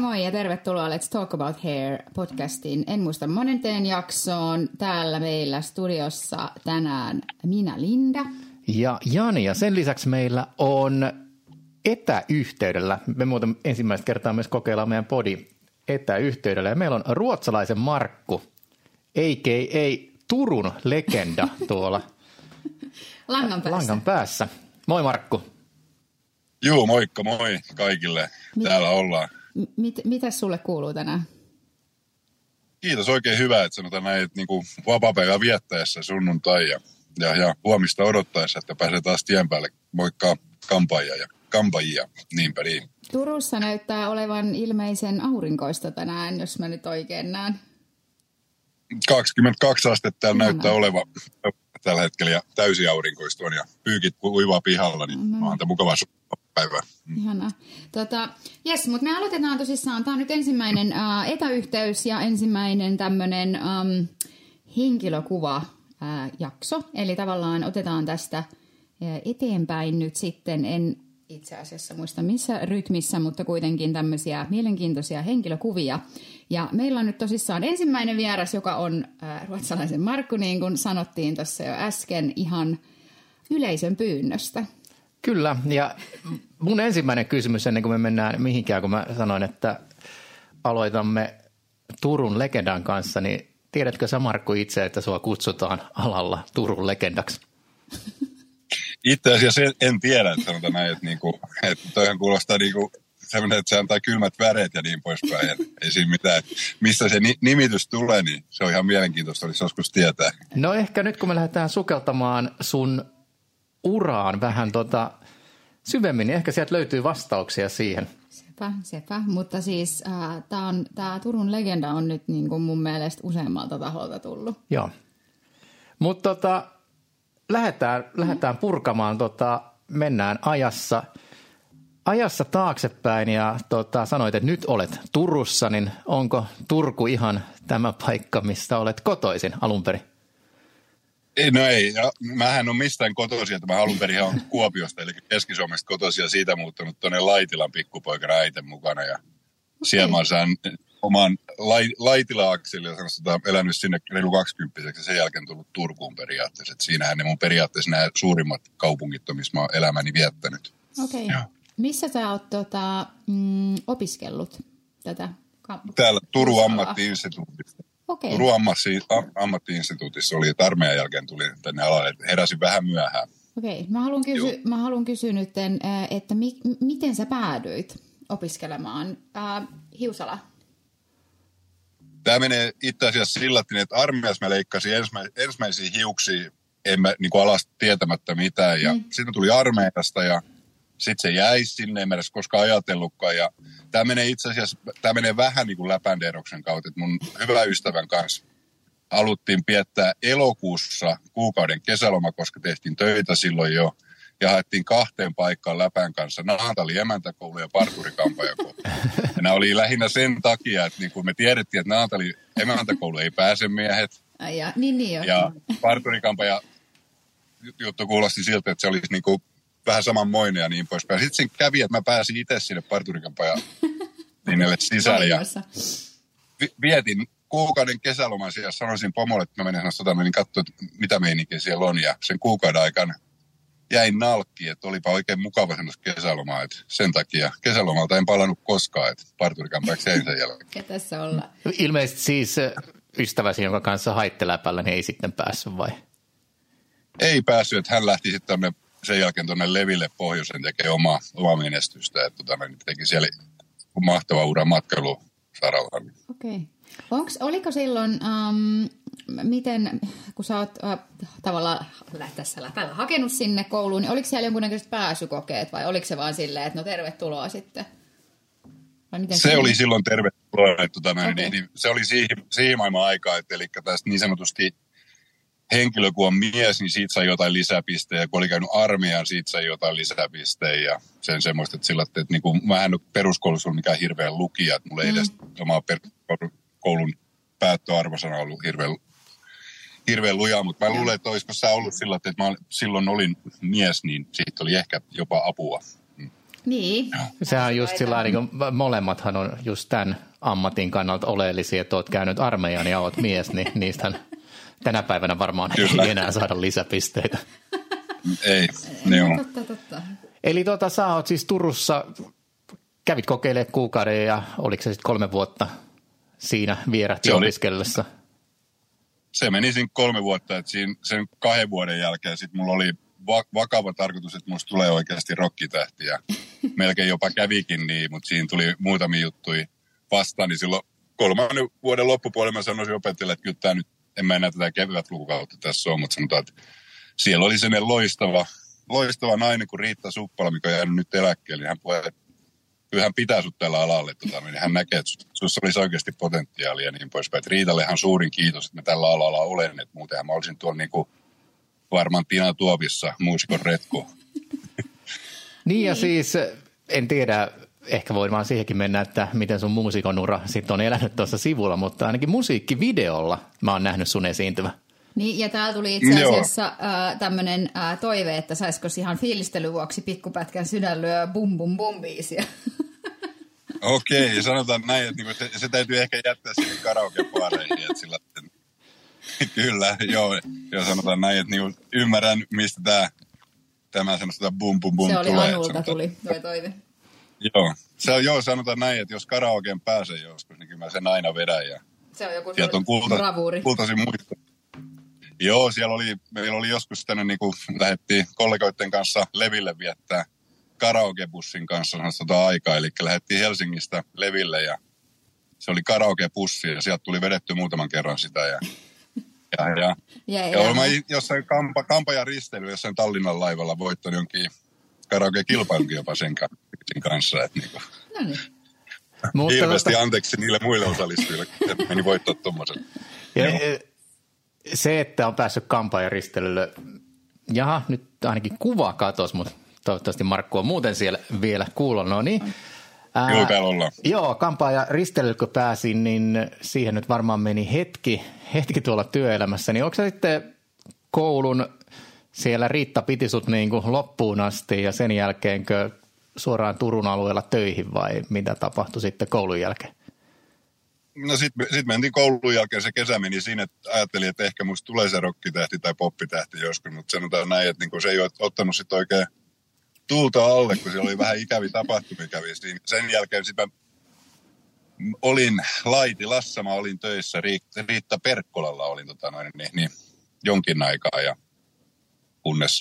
moi ja tervetuloa Let's Talk About Hair podcastin. En muista monenteen jaksoon. Täällä meillä studiossa tänään minä Linda. Ja Jani, ja sen lisäksi meillä on etäyhteydellä. Me muuten ensimmäistä kertaa myös kokeillaan meidän podi etäyhteydellä. Ja meillä on ruotsalaisen Markku, a.k.a. Turun legenda tuolla langan päässä. Moi Markku. Joo, moikka moi kaikille. Täällä ollaan. Mitäs sulle kuuluu tänään? Kiitos, oikein hyvä, että sanotaan näin, että niinku vapaapäivää viettäessä sunnuntai ja huomista odottaessa, että pääsee taas tien päälle moikkaa kampaajia, niinpä niin. Turussa näyttää olevan ilmeisen aurinkoista tänään, jos mä nyt oikein näen. 22 astetta täällä näyttää olevan tällä hetkellä ja täysi aurinkoista on ja pyykit uivaa pihalla, niin onhan tämä mukavaa päivää. Ihanaa. Jes, mutta me aloitetaan tosissaan. Tämä on nyt ensimmäinen etäyhteys ja ensimmäinen tämmöinen henkilökuva-jakso. Eli tavallaan otetaan tästä eteenpäin nyt sitten, en itse asiassa muista missä rytmissä, mutta kuitenkin tämmöisiä mielenkiintoisia henkilökuvia. Ja meillä on nyt tosissaan ensimmäinen vieras, joka on ruotsalaisen Markku, niin kuin sanottiin tuossa jo äsken, ihan yleisön pyynnöstä. Kyllä, ja mun ensimmäinen kysymys ennen kuin me mennään mihinkään, kun mä sanoin, että aloitamme Turun legendan kanssa, niin tiedätkö sä Markku itse, että sua kutsutaan alalla Turun legendaksi? Itse asiassa en tiedä, että sanotaan näin, että toihan kuulostaa sellainen, että se antaa kylmät väreet ja niin poispäin. Ei siinä mitään. Mistä se nimitys tulee, niin se on ihan mielenkiintoista, olisi joskus tietää. No ehkä nyt kun me lähdetään sukeltamaan sun uraan vähän syvemmin, niin ehkä sieltä löytyy vastauksia siihen. Sepä. Mutta siis tämä Turun legenda on nyt niin kuin mun mielestä useammalta taholta tullut. Joo. Mutta lähdetään purkamaan, mennään ajassa taaksepäin ja sanoit, että nyt olet Turussa, niin onko Turku ihan tämä paikka, mistä olet kotoisin alun perin? No ei, mähän en ole mistään kotoisin, että mä alun perin olen Kuopiosta, eli Keski-Suomesta kotoisin ja siitä muuttanut tuonne Laitilan pikkupoikana äiten mukana ja siellä mä saan oman Laitila-akselin ja sanotaan elänyt sinne reilu 20 ja sen jälkeen tullut Turkuun periaatteessa. Että siinähän ne mun periaatteessa nämä suurimmat kaupungit on, missä mä oon elämäni viettänyt. Okei. Missä sä oot opiskellut tätä? Täällä Turun ammattiinstituutissa. Okay. Turun ammattiinstituutissa oli, että armeijan jälkeen tuli tänne alalle, että heräsin vähän myöhään. Okei. Mä haluan kysyä nyt, että miten sä päädyit opiskelemaan Hiusala? Tämä menee itse asiassa sillä, että armeijassa mä leikkasin ensimmäisiä hiuksia, en mä alasta tietämättä mitään. Ja sitten tuli armeijasta ja sitten se jäi sinne, en mä edes koskaan ajatellutkaan. Ja tämä menee itse asiassa, vähän niin kuin läpänderoksen kautta, että mun hyvä ystävän kanssa haluttiin piettää elokuussa kuukauden kesäloma, koska tehtiin töitä silloin jo. Ja haettiin 2 paikkaan läpän kanssa, Naantalin emäntäkoulu ja parturikampaajakoulu. Ja nämä oli lähinnä sen takia, että niin me tiedettiin, että Naantalin emäntäkoulu ei pääse miehet. Niin ja parturikampaaja juttu kuulosti siltä, että se olisi vähän samanmoinen ja niin poispäin. Sitten siinä kävi, että mä pääsin itse sinne parturikampaajan linnelle sisälle ja vietin kuukauden kesäloman siellä. Sanoisin pomolle, että mä menen niin katsoa, mitä meininkiä siellä on ja sen kuukauden aikana jäin nalkkiin, että olipa oikein mukava semmoista kesälomaa, että sen takia kesälomalta en palannut koskaan, että parturikampaajaksi jäin sen jälkeen. Ketässä olla? Ilmeisesti siis ystäväsi, jonka kanssa haitte läpällä, niin ei sitten päässyt vai? Ei päässyt, että hän lähti sitten sen jälkeen tuonne Leville pohjoisen tekemään omaa menestystä, että teki siellä mahtava ura matkailusaralla. Okei. Oliko silloin, miten, kun sä oot tavallaan tässä läpällä hakenut sinne kouluun, niin oliko siellä jonkunnäköiset pääsykokeet vai oliko se vaan silleen, että no tervetuloa sitten? Se oli silloin tervetuloa, että niin se oli siihen maailman aikaa, että eli tästä niin sanotusti henkilökuvan mies, niin siitä sai jotain lisäpisteitä, kun oli käynyt armeijan, siitä sai jotain lisäpisteitä ja sen semmoista, että sillä, että niin kuin, mä en ole peruskoulussa ollut mikään hirveän lukija, että mulla ei edes omaa peruskoulun päättöarvosana ollut hirveän lujaa, mutta mä luulen, että olisiko sä ollut sillä, että mä silloin olin mies, niin siitä oli ehkä jopa apua. Niin. Sehän on just sillä niin molemmathan on just tämän ammatin kannalta oleellisia, että oot käynyt armeijan ja oot mies, niin niistähän tänä päivänä varmaan ei enää saada lisäpisteitä. Ei, ne on. Totta. Eli sä oot siis Turussa, kävit kokeilemaan kuukauden ja oliko se sitten 3 vuotta siinä vierähti opiskellessa? Se meni siinä 3 vuotta, että sen 2 vuoden jälkeen sitten mulla oli vakava tarkoitus, että musta tulee oikeasti rokkitähti ja melkein jopa kävikin niin, mutta siinä tuli muutamia juttuja vastaan, niin silloin 3. vuoden loppupuolella mä sanoisin opettajille, että kyllä tämä nyt, en mä enää tätä kevytlukukautta tässä ole, mutta sanotaan, että siellä oli sellainen loistava nainen kuin Riitta Suppala, mikä on jäänyt nyt eläkkeelle, niin hän puhui, että kyllä hän pitää sut tällä alalle, niin hän näkee, että sinussa olisi oikeasti potentiaalia ja niin poispäin. Että Riitallehan suurin kiitos, että mä tällä alalla olen, että muutenhan mä olisin tuolla niinku varmaan Tina Tuopissa muusikon retku. Niin ja siis, en tiedä, ehkä voin vaan siihenkin mennä, että miten sun muusikon ura sitten on elänyt tuossa sivulla, mutta ainakin musiikkivideolla mä oon nähnyt sun esiintyvä. Niin, ja täällä tuli itse asiassa tämmöinen toive, että saisiko ihan fiilistelyn vuoksi pikkupätkän Sydänlyö bum bum bum biisiä. Okei, sanotaan näin, että niinku se täytyy ehkä jättää sinne karaokebaareihin, että sillä kyllä, joo, sanotaan näin, että niinku ymmärrän, mistä tämä sanotaan bum bum bum tulee. Se oli Anulta tuli tuo toive. Joo, sanotaan näin, että jos karaokeen pääsee joskus, niin kyllä mä sen aina vedän. Ja se on joku bravuuri. Kultaisin muista. Joo, meillä oli joskus tänne, niin kuin lähdettiin kollegoiden kanssa Leville viettää karaokebussin kanssa aikaa. Eli lähdettiin Helsingistä Leville ja se oli karaokebussi ja sieltä tuli vedetty muutaman kerran sitä. Ja mä jossain Kampajan risteily jossain Tallinnan laivalla voittanut jonkin karaoke-kilpailunkin jopa sen kanssa. Että niinku. No niin. Hirveästi anteeksi niille muille osallistujille, että meni voittaa tuommoisen. Se, että on päässyt Kampajan risteilylle, jaha, nyt ainakin kuva katos, mutta toivottavasti Markku on muuten siellä vielä kuulolla. No niin. Joo, täällä ollaan. Joo, Kampajan risteilylle kun pääsin, niin siihen nyt varmaan meni hetki tuolla työelämässä. Niin onko se sitten koulun, siellä Riitta piti sut niin kuin loppuun asti ja sen jälkeenkö suoraan Turun alueella töihin vai mitä tapahtui sitten koulun jälkeen? No sit mentiin koulun jälkeen, se kesä meni siinä, että ajattelin, että ehkä musta tulee se rokkitähti tai poppitähti joskus, mutta sanotaan näin, että niinku se ei ole ottanut sit oikein tuulta alle, kun siellä oli vähän ikäviä tapahtumia kävi siinä. Sen jälkeen sitten olin Laitilassa, mä olin töissä, Riitta Perkkolalla olin jonkin aikaa ja kunnes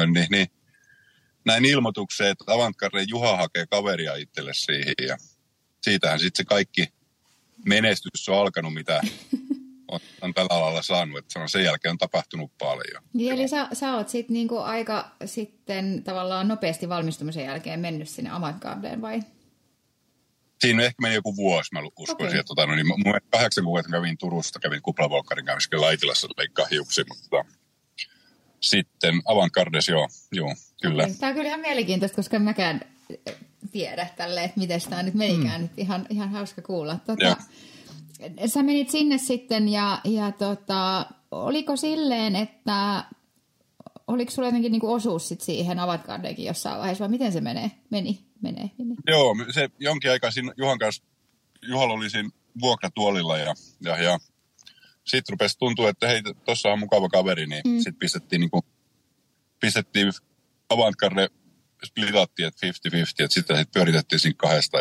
näin ilmoituksen, että Avantgarden Juha hakee kaveria itselle siihen ja siitähän sitten se kaikki menestys on alkanut, mitä on tällä alalla saanut, että sen jälkeen on tapahtunut paljon. Niin, eli sä oot sitten niinku aika sitten tavallaan nopeasti valmistumisen jälkeen mennyt sinne Avantgardeen vai? Siinä ehkä meni joku vuosi, mä uskoisin, että mä 8 kuukautta kävin Turusta, kävin Kuplavolkkarin kanssa Laitilassa leikkaa hiuksia, mutta sitten Avantgardes, joo, kyllä. Tämä on kyllä ihan mielenkiintoista, koska en mäkään tiedä tälleen, että miten tämä nyt menikään. Nyt ihan hauska kuulla. Sä menit sinne sitten ja oliko silleen, että oliko sulla jotenkin niinku osuus sit siihen Avantgardeenkin jossain vaiheessa vai miten se meni? Joo, se jonkin aikaa siinä Juhan kanssa, Juhalla oli siinä vuokratuolilla ja sitten rupesi tuntua, että hei, tuossa on mukava kaveri, niin sitten pistettiin Avantgarde, splitattiin, että 50-50, että sitten pyöritettiin siinä 2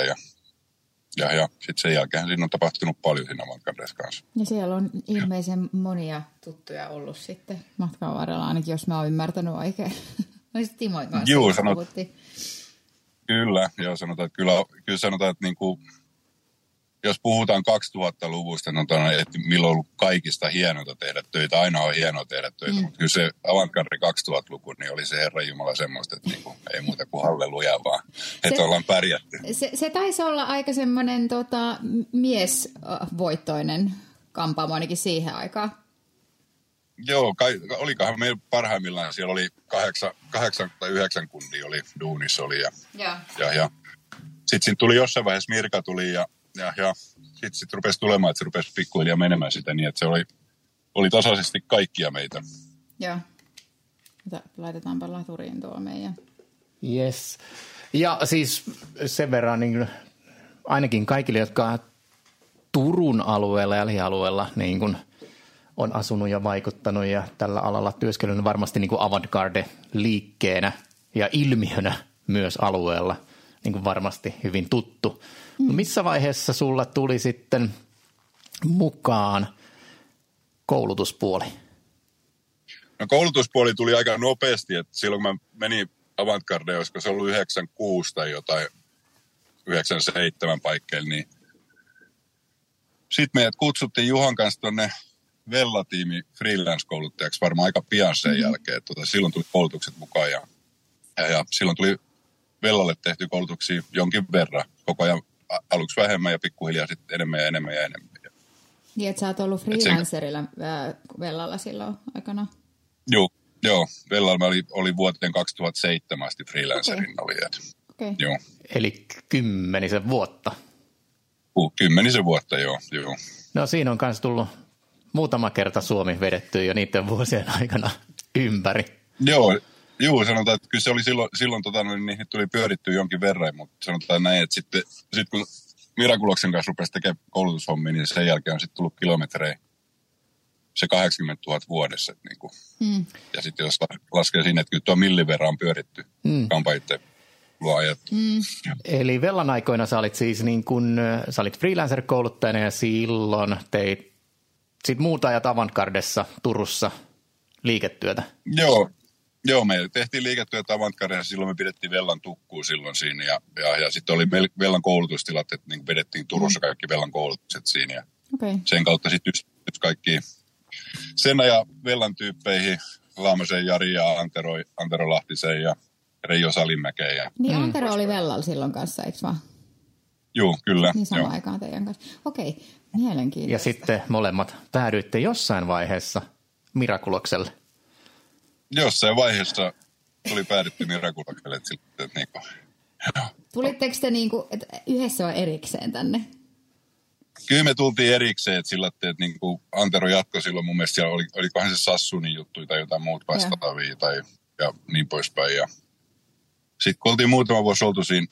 ja sitten sen jälkeen siinä on tapahtunut paljon siinä Avantgardes kanssa. Ja siellä on ilmeisen monia tuttuja ollut sitten matkan varrella, ainakin jos mä oon ymmärtänyt oikein. No sitten Timoin kanssa puhuttiin. Kyllä, joo, sanotaan, että kyllä sanotaan, että niinku, jos puhutaan 2000-luvusta, että milloin on ollut kaikista hienointa tehdä töitä, aina on hienoa tehdä töitä, mutta kyllä se Avantgarde 2000-luku, niin oli se Herranjumala semmoista, että niinku, ei muuta kuin halleluja vaan, että ollaan pärjätty. Se taisi olla aika semmoinen miesvoittoinen kampaamo ainakin siihen aikaan. Joo, olikohan meillä parhaimmillaan, siellä oli 8 tai 9 kundia oli duunissa oli ja sitten siinä tuli jossain vaiheessa Mirka tuli ja sitten rupesi tulemaan, että se rupesi pikkuhiljaa menemään sitä niin, että se oli tasaisesti kaikkia meitä. Joo. Laitetaanpa laturiin tuo meidän. Yes. Ja siis sen verran niin ainakin kaikille, jotka Turun alueella ja lähialueella niin kuin on asunut ja vaikuttanut ja tällä alalla työskennellyt varmasti niin kuin avantgarde-liikkeenä ja ilmiönä myös alueella niin kuin varmasti hyvin tuttu. Missä vaiheessa sulla tuli sitten mukaan koulutuspuoli? No koulutuspuoli tuli aika nopeasti, että silloin kun mä menin avantgardeen, olisiko se ollut 96 tai jotain 97 paikkeilla, niin sitten meidät kutsuttiin Juhan kanssa tuonne Vella-tiimi freelance-kouluttajaksi varmaan aika pian sen jälkeen. Silloin tuli koulutukset mukaan ja silloin tuli Vellalle tehty koulutuksia jonkin verran. Koko ajan aluksi vähemmän ja pikkuhiljaa sitten enemmän ja enemmän ja enemmän. Niin, että sä oot ollut freelancerilla Vellalla silloin aikana? Joo. Vellalla oli vuoteen 2007 asti freelancerin oli. Okay. Joo. Eli 10 vuotta. 10 vuotta, joo. No siinä on myös tullut muutama kerta Suomi vedetty jo niiden vuosien aikana ympäri. Joo, sanotaan, että kyllä se oli silloin niin tuli pyörittyä jonkin verran, mutta sanotaan näin, että sitten kun Miraculoksen kanssa rupesi tekemään koulutushommia, niin sen jälkeen on sitten tullut kilometrejä se 80 000 vuodessa. Niin kuin. Ja sitten jos laskee sinne, että kyllä tuo millin verran on pyöritty kampanjitteen luo ajattu. Eli Vellan aikoina sä olit siis niin kuin, sä olit freelancer-kouluttajana ja silloin teit sit muuta ajat avantgardessa Turussa liiketyötä. Joo, me tehtiin liiketyötä avantgardessa, silloin me pidettiin Vellan tukkuu silloin siinä ja sitten oli Vellan koulutustilat, että niin vedettiin Turussa kaikki Vellan koulutukset siinä ja sen kautta sitten yksi kaikki sen ja Vellan tyyppeihin, Laamasen Jari ja Antero Lahtisen ja Reijo Salinmäkeen. Niin Antero oli Vellalla silloin kanssa, eikö vaan? Joo, kyllä. Niin samaan aikaan teidän kanssa. Okei, mielenkiintoista. Ja sitten molemmat päädyitte jossain vaiheessa Miraculokselle. Jossain vaiheessa tuli päädytty Miraculokselle. Tulitteko te yhdessä vai erikseen tänne? Kyllä me tultiin erikseen, että sillä että Antero jatkoi silloin mun mielestä siellä olikohan se Sassunin juttu tai jotain muut vastaavia ja niin poispäin. Ja sitten kun oltiin muutama vuosi oltu siinä,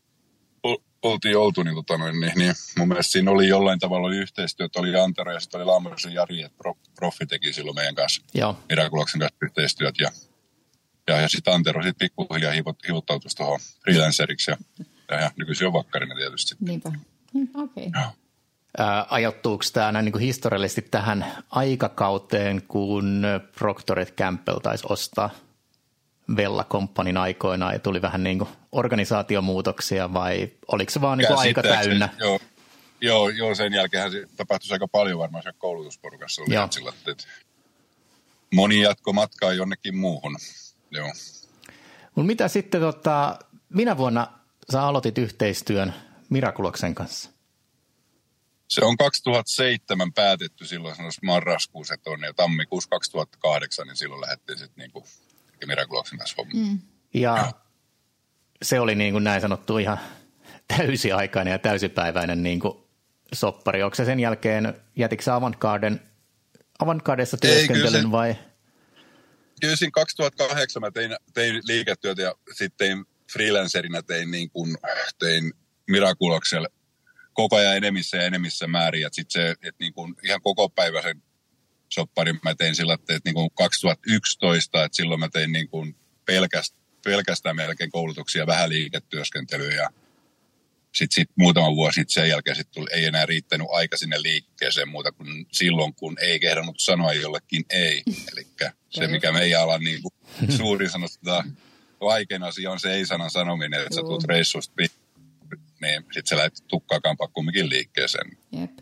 niin mun mielestä siinä oli jollain tavalla yhteistyötä, oli Antero ja sitten oli Laamasen Jari, että Profi teki silloin meidän kanssa, Miraculoksen kanssa yhteistyöt ja sitten Antero sitten pikkuhiljaa hivuttautui tuohon freelanceriksi ja nykyisin on vakkarina tietysti. Niinpä, okei. Ajoittuuko tämä näin niin kuin historiallisesti tähän aikakauteen, kun Procter & Gamble taisi ostaa Vella Companyn aikoinaan ja tuli vähän niin kuin organisaatiomuutoksia vai oliko se vaan niin kuin aika täynnä? Joo, sen jälkeen tapahtui aika paljon varmaan se koulutusporukassa. Oli sillä, että moni jatko matkaa jonnekin muuhun. Joo. Mutta mitä sitten, minä vuonna sä aloitit yhteistyön Miraculoksen kanssa? Se on 2007 päätetty silloin marraskuussa, että on ja tammikuussa 2008, niin silloin lähdettiin sitten niinku Miraculoksen kanssa hommiin. Ja se oli niin kuin näin sanottu ihan täysiaikainen ja täysipäiväinen niin kuin soppari. Onko se sen jälkeen, jätikö sä avantgardessa työskentelyn vai? Kyllä siinä 2008 mä tein liiketyötä ja sitten freelancerina tein Miraculokselle koko ajan enemmissä määrin. Sitten se, että niin kuin ihan koko päiväisen sopparin mä tein sillä, että niin kuin 2011, että silloin mä tein niin kuin pelkästään melkein koulutuksia, vähän liiketyöskentelyä ja sitten muutama vuosi sen jälkeen ei enää riittänyt aika sinne liikkeeseen muuta kuin silloin, kun ei kehdannut sanoa jollekin ei. Eli se, mikä meidän alan niin kuin suurin sanotaan vaikein asia on se ei-sanan sanominen, että sä tulet reissusta niin sitten sä lähdet tukkaakaan kumminkin liikkeeseen. Jep.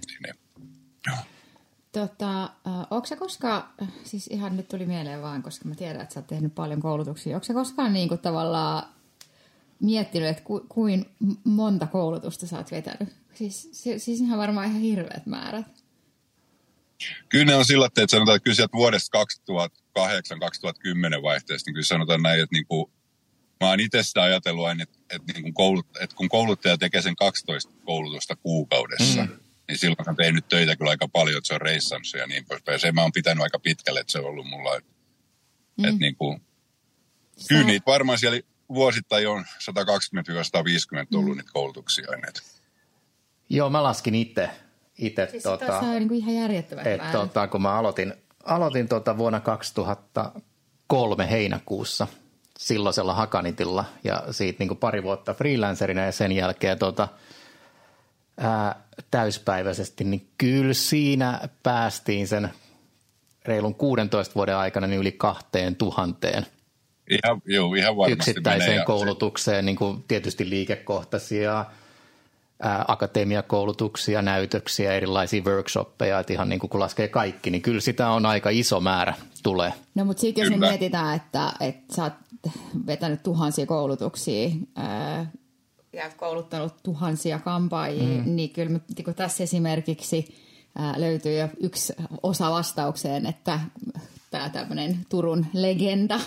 Onko sä koskaan, siis ihan nyt tuli mieleen vaan, koska mä tiedän, että sä oot tehnyt paljon koulutuksia. Onko sä koskaan niin kuin tavallaan miettinyt, että kuin monta koulutusta sä oot vetänyt? Siis ihan varmaan ihan hirveät määrät. Kyllä ne on sillä, että sanotaan, että kyllä sieltä vuodesta 2008-2010 vaihteesta, niin kyllä sanotaan näin, että niin kuin, mä oon itse sitä ajatellut aina, että kun kouluttaja tekee sen 12 koulutusta kuukaudessa, niin silloin on tehnyt töitä kyllä aika paljon, että se on reissannut ja niin poispäin. Ja se mä oon pitänyt aika pitkälle, että se on ollut mulla. Että niin kuin, kyllä niitä varmaan siellä vuosittain on 120-150 ollut niitä koulutuksia ennen. Joo, mä laskin itse. Siis tässä on niin ihan järjettömän hyvää. Kun mä aloitin vuonna 2003 heinäkuussa silloisella Hakanitilla ja siitä niin pari vuotta freelancerina ja sen jälkeen täyspäiväisesti, niin kyllä siinä päästiin sen reilun 16 vuoden aikana niin yli 2000 ihan varmasti yksittäiseen koulutukseen, niin kuin tietysti liikekohtaisia akatemiakoulutuksia, näytöksiä, erilaisia workshoppeja, että ihan niin kuin kun laskee kaikki, niin kyllä sitä on aika iso määrä tulee. No mutta sitten jos me mietitään, että sä oot vetänyt tuhansia koulutuksia ja kouluttanut tuhansia kampaajia, niin kyllä niin tässä esimerkiksi löytyy jo yksi osa vastaukseen, että tämä tämmöinen Turun legenda.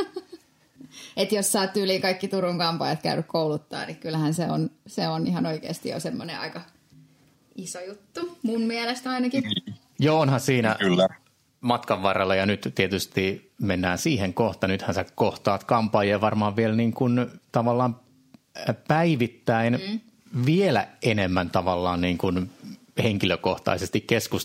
Että jos sä oot yli kaikki Turun kampaajat käynyt kouluttaa, niin kyllähän se on ihan oikeasti jo semmoinen aika iso juttu, mun mielestä ainakin. Joo, onhan siinä matkan varrella ja nyt tietysti mennään siihen kohta. Nythän sä kohtaat kampaajia varmaan vielä niin kuin tavallaan päivittäin vielä enemmän tavallaan niin kuin henkilökohtaisesti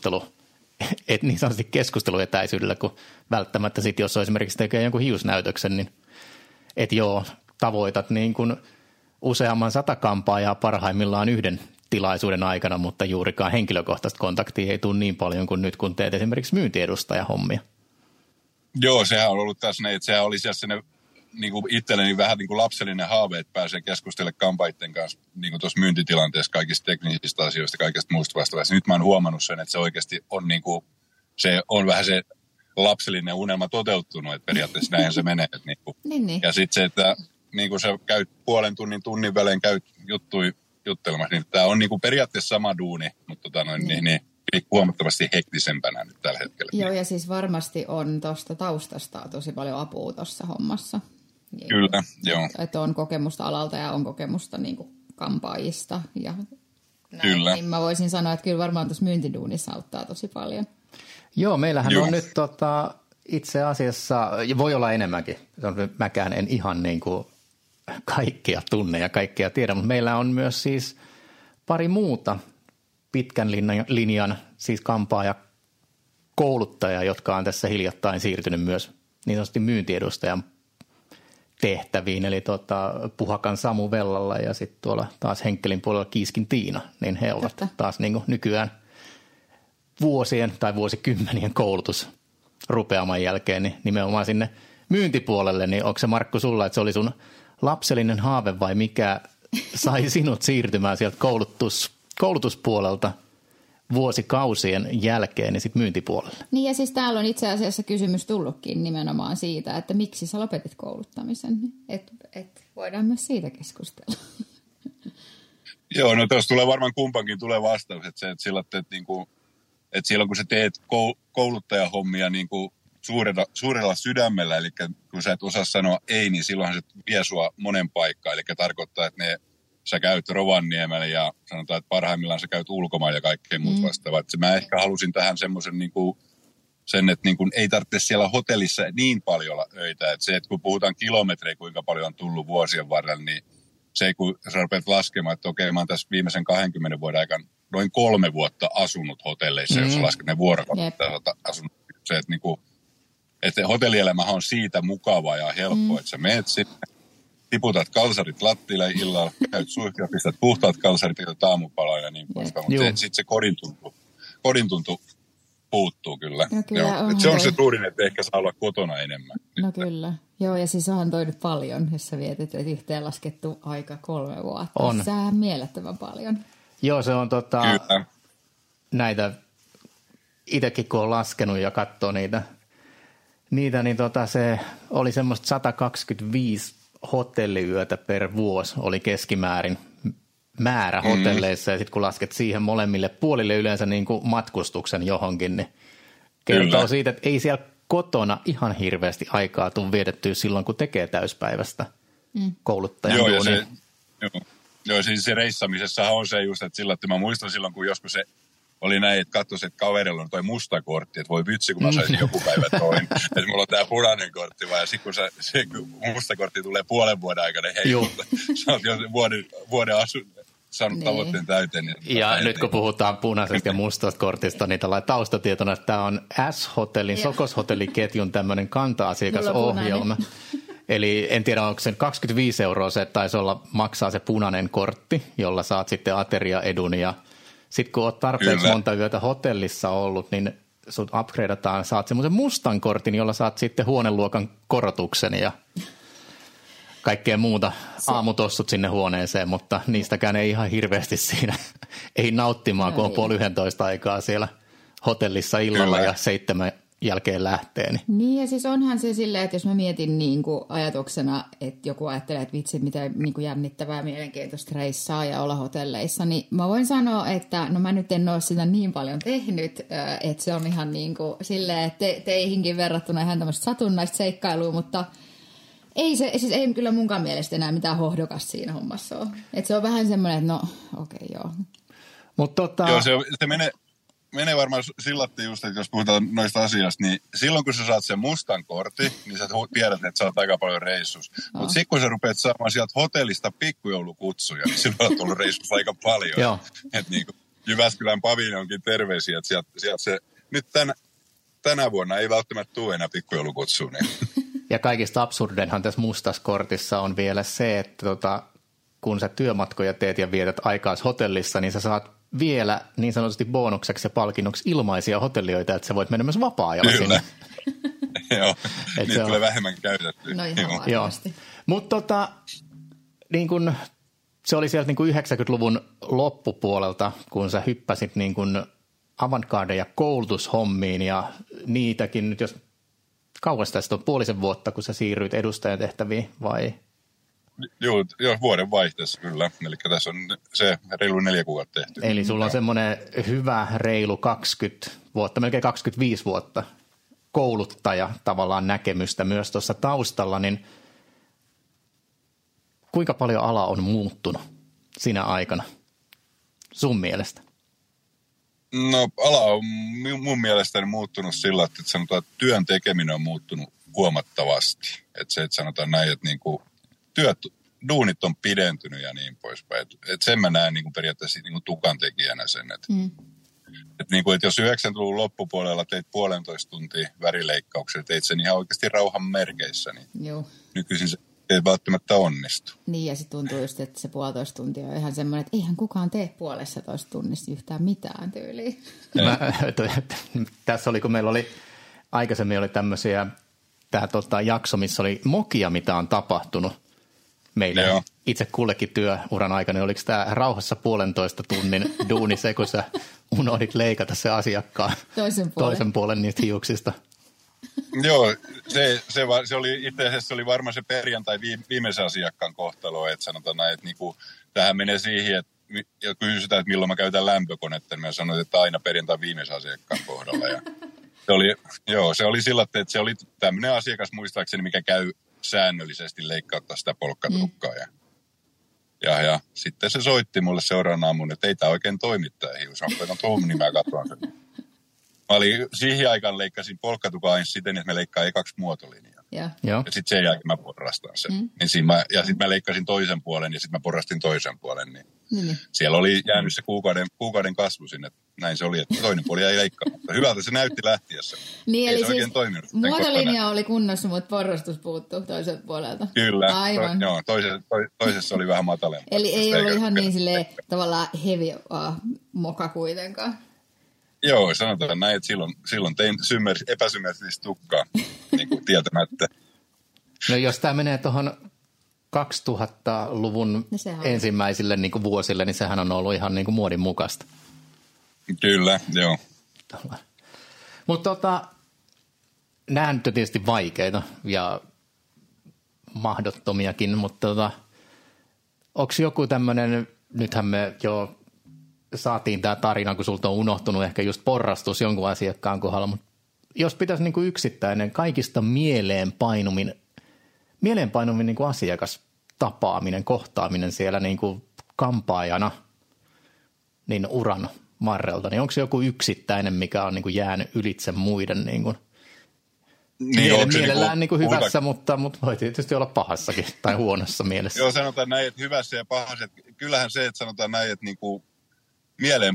et niin sanotusti keskusteluetäisyydellä, kun välttämättä sitten, jos on esimerkiksi tekee jonkun hiusnäytöksen, niin että joo, tavoitat niin kuin useamman 100 kampaajaa parhaimmillaan yhden tilaisuuden aikana, mutta juurikaan henkilökohtaista kontaktia ei tule niin paljon kuin nyt, kun teet esimerkiksi myyntiedustajahommia. Joo, sehän on ollut tässä, että sehän oli siellä niin kuin itselleni vähän niin kuin lapsellinen haave, että pääsee keskustelemaan kampaitten kanssa niin kuin tuossa myyntitilanteessa kaikista teknisistä asioista, kaikesta muusta vastaavasta. Nyt mä oon huomannut sen, että se oikeasti on niin kuin, se on vähän se lapsellinen unelma toteuttunut, että periaatteessa näinhän se menee. Että niin kuin. Niin. Ja sitten se, että niin kuin sä käyt puolen tunnin välein käyt juttelemassa, niin tämä on niin kuin periaatteessa sama duuni, mutta niin huomattavasti hektisempänä nyt tällä hetkellä. Joo, ja siis varmasti on tuosta taustasta tosi paljon apua tuossa hommassa. Kyllä, joo. Että on kokemusta alalta ja on kokemusta niin kuin kampaajista ja näin. Kyllä. Niin mä voisin sanoa, että kyllä varmaan tuossa myyntiduunissa auttaa tosi paljon. Joo, meillähän on nyt itse asiassa, ja voi olla enemmänkin, mäkään en ihan niin kuin kaikkia tunne ja kaikkia tiedä, mutta meillä on myös siis pari muuta pitkän linjan siis kampaaja kouluttajaa, jotka on tässä hiljattain siirtynyt myös niin sanotusti myyntiedustajan tehtäviin, eli Puhakan Samu Vellalla ja sitten tuolla taas Henkkelin puolella Kiiskin Tiina, niin he ovat taas niin kuin nykyään vuosien tai vuosikymmenien koulutus rupeaman jälkeen niin nimenomaan sinne myyntipuolelle, niin onko se Markku sulla, että se oli sun lapsellinen haave vai mikä sai sinut siirtymään sieltä koulutuspuolelta vuosikausien jälkeen niin sitten myyntipuolelle? Niin ja siis täällä on itse asiassa kysymys tullutkin nimenomaan siitä, että miksi sä lopetit kouluttamisen, että voidaan myös siitä keskustella. Joo, no tuossa tulee varmaan kumpankin tulee vastaus, että silloin kun sä teet kouluttajahommia niin kuin suurella sydämellä, eli kun sä et osaa sanoa ei, niin silloinhan se vie sua monen paikkaan, eli tarkoittaa, että sä käyt Rovaniemellä ja sanotaan, että parhaimmillaan sä käyt ulkomailla ja kaikkea muut vastaavaa. Mä ehkä halusin tähän semmoisen niin kuin sen, että niin kuin ei tarvitse siellä hotellissa niin paljon olla öitä. Että se, että kun puhutaan kilometrejä, kuinka paljon on tullut vuosien varrella, niin se, kun sä rupeat laskemaan, että okei, mä oon tässä viimeisen 20 vuoden aikana noin 3 vuotta asunut hotelleissa, jos sä lasket ne vuorokaudet asunut. Se, että, niin kuin, että hotellielämähän on siitä mukavaa ja helppoa, että sä meet sinne, tiputat kalsarit lattialle illalla, käyt suihkia, pistät puhtaat kalsarit, ja aamupalaa ja niin poispäin. Mutta sitten se kodin tuntu puuttuu kyllä. No kyllä se on se tuurin, että ehkä saa olla kotona enemmän. No kyllä. Joo, ja siis onhan toi nyt paljon, jos sä vietit, että yhteen laskettu aika 3 vuotta. On. Sehän mielettömän paljon. Joo, se on näitä, itsekin kun on laskenut ja katsoo niitä niin se oli semmoista 125 hotelliyötä per vuosi oli keskimäärin määrä hotelleissa, ja sitten kun lasket siihen molemmille puolille yleensä niin kuin matkustuksen johonkin, niin kertoo siitä, että ei siellä kotona ihan hirveästi aikaa tule vietettyä silloin, kun tekee täyspäivästä kouluttajan duunia. Joo, siis se reissamisessahan on se just, että mä muistan silloin, kun joskus se oli näin, että katsoin, että kaverilla on toi musta kortti, että voi vitsi, kun mä saisin joku päivä toin. Että mulla on tää punainen kortti, vaan ja sit kun se musta kortti tulee puolen vuoden aikana, hei, sä oot jo vuoden saanut tavoitteen täyteen. Niin ja nyt kun puhutaan punaisesta ja mustasta kortista, niin tällainen taustatietona, että tämä on S-hotellin, Sokos-hotelliketjun tämmöinen kanta-asiakasohjelma. Eli en tiedä, onko se 25 € se taisi olla, maksaa se punainen kortti, jolla saat sitten ateriaedun. Ja sitten kun olet tarpeeksi monta yötä hotellissa ollut, niin sut upgradeataan, saat semmoisen mustan kortin, jolla saat sitten huoneluokan korotuksen ja kaikkea muuta aamutossut sinne huoneeseen, mutta niistäkään ei ihan hirveästi siinä ei nauttimaan, kun on 10:30 aikaa siellä hotellissa illalla ja 7 jälkeen lähtee. Niin ja siis onhan se silleen, että jos mä mietin niin kuin ajatuksena, että joku ajattelee, että vitsi mitä niin kuin jännittävää mielenkiintoista reissaa ja olla hotelleissa, niin mä voin sanoa, että no mä nyt en ole sitä niin paljon tehnyt, että se on ihan niin kuin silleen, että teihinkin verrattuna ihan tämmöistä satunnaista seikkailua, mutta ei se, siis ei kyllä munkaan mielestä enää mitään hohdokasta siinä hommassa ole. Että se on vähän semmoinen, että no okei, joo. Joo, se menee varmaan sillattiin just, että jos puhutaan noista asioista, niin silloin kun sä saat sen mustan kortin, niin sä tiedät, että sä oot aika paljon reissus. Mutta sitten kun sä rupeat saamaan sieltä hotellista pikkujoulukutsuja, niin silloin on tullut reissus aika paljon. Että niin kuin Jyväskylän paviljonkin terveisiä, että sieltä se nyt tänä vuonna ei välttämättä tule enää pikkujoulukutsuun. Niin. Ja kaikista absurdenhan tässä mustassa kortissa on vielä se, että kun sä työmatkoja teet ja vietät aikaa hotellissa, niin sä saat vielä niin sanotusti bonukseksi ja palkinnoksi ilmaisia hotellijoita, että sä voit mennä myös vapaa-ajalla sinne. Joo, niitä tulee vähemmän käytettyä. No ihan varmasti. Mutta niin kun se oli sieltä niin kuin 90-luvun loppupuolelta, kun sä hyppäsit niin kuin avantgarde- ja koulutushommiin ja niitäkin nyt, jos kauas tästä on 5,5 vuotta, kun sä siirryit edustajan tehtäviin vai? Joo, vuoden vaihteessa kyllä. Eli tässä on se reilu 4 kuukautta tehty. Eli sulla on semmoinen hyvä reilu 20 vuotta, melkein 25 vuotta kouluttaja tavallaan näkemystä myös tuossa taustalla, niin kuinka paljon ala on muuttunut sinä aikana sun mielestä? No ala on mun mielestäni muuttunut sillä, että sanotaan, että työn tekeminen on muuttunut huomattavasti. Että se, että sanotaan näin, että niinku duunit on pidentynyt ja niin poispäin. Että sen mä näen niinku periaatteessa niinku tukan tekijänä sen, että niinku, et jos 90-luvun loppupuolella teit 1,5 tuntia värileikkauksia, teit sen ihan oikeasti rauhan merkeissä, niin nykyisin se ei välttämättä onnistu. Niin ja sitten tuntuu just, että se 1,5 tuntia on ihan semmoinen, että eihän kukaan tee 1,5 tunnissa yhtään mitään tyyliin. Tässä oli, kun meillä oli aikaisemmin oli tämmöisiä, tämä jakso, missä oli mokia, mitä on tapahtunut meille. Joo. Itse kullekin työuran aikana, oliko tämä rauhassa 1,5 tunnin duuni se, kun sä unohdit leikata se asiakkaan toisen puolen niistä hiuksista? Joo, se oli itse asiassa oli varmaan se perjantai viimeisen asiakkaan kohtalo, että sanotaan näin, että niinku, tähän menee siihen, että ja kysytään, että milloin mä käytän lämpökonetta, niin mä sanoin, että aina perjantai viimeisen asiakkaan kohdalla. Ja se oli sillä, että se oli tämmöinen asiakas muistaakseni, mikä käy säännöllisesti leikkauttaa sitä polkkatukkaa. Ja sitten se soitti mulle seuraavana aamuun, että ei tämä oikein toimi tämä hius. Mä koitan tuohon, niin mä katson sen. Mä siihen aikaan leikkasin polkkatukaa siten, että mä leikkaan ekaksi muotolinjaa. Ja sitten sen jälkeen mä porrastan sen. Niin sitten mä leikkasin toisen puolen ja sitten mä porrastin toisen puolen. Niin siellä oli jäänyt se kuukauden kasvu sinne. Näin se oli, että toinen puoli jäi leikkaamatta. Hyvältä se näytti lähtiessä. Niin, eli siis muotolinja oli kunnossa, mutta porrastus puuttui toiselta puolelta. Kyllä. Aivan. Joo, toisessa oli vähän matalempaa. Eli ei ollut ihan niin silleen tavallaan heavy moka kuitenkaan. Joo, sanotaan näin, että silloin tein epäsymmetristä tukkaa niin kuin tietämättä. No jos tämä menee tuohon 2000-luvun ensimmäisille niin kuin vuosille, niin sehän on ollut ihan niin kuin muodin mukaista. Kyllä, joo. Mutta nämä nyt on tietysti vaikeita ja mahdottomiakin, mutta onko joku tämmöinen, nythän me jo saatiin tämä tarina, kun sulta on unohtunut ehkä just porrastus jonkun asiakkaan kohdalla, mutta jos pitäisi niin kuin yksittäinen kaikista mieleenpainuvin niin kuin asiakastapaaminen, kohtaaminen siellä niin kuin kampaajana, niin uran Marrelta, niin onko se joku yksittäinen, mikä on niin kuin jäänyt ylitse muiden niin kuin mielellään niin kuin hyvässä, mutta voi tietysti olla pahassakin tai huonossa mielessä. Joo, sanotaan näin, että hyvässä ja pahassa. Että kyllähän se, että sanotaan näin, että niin kuin mieleen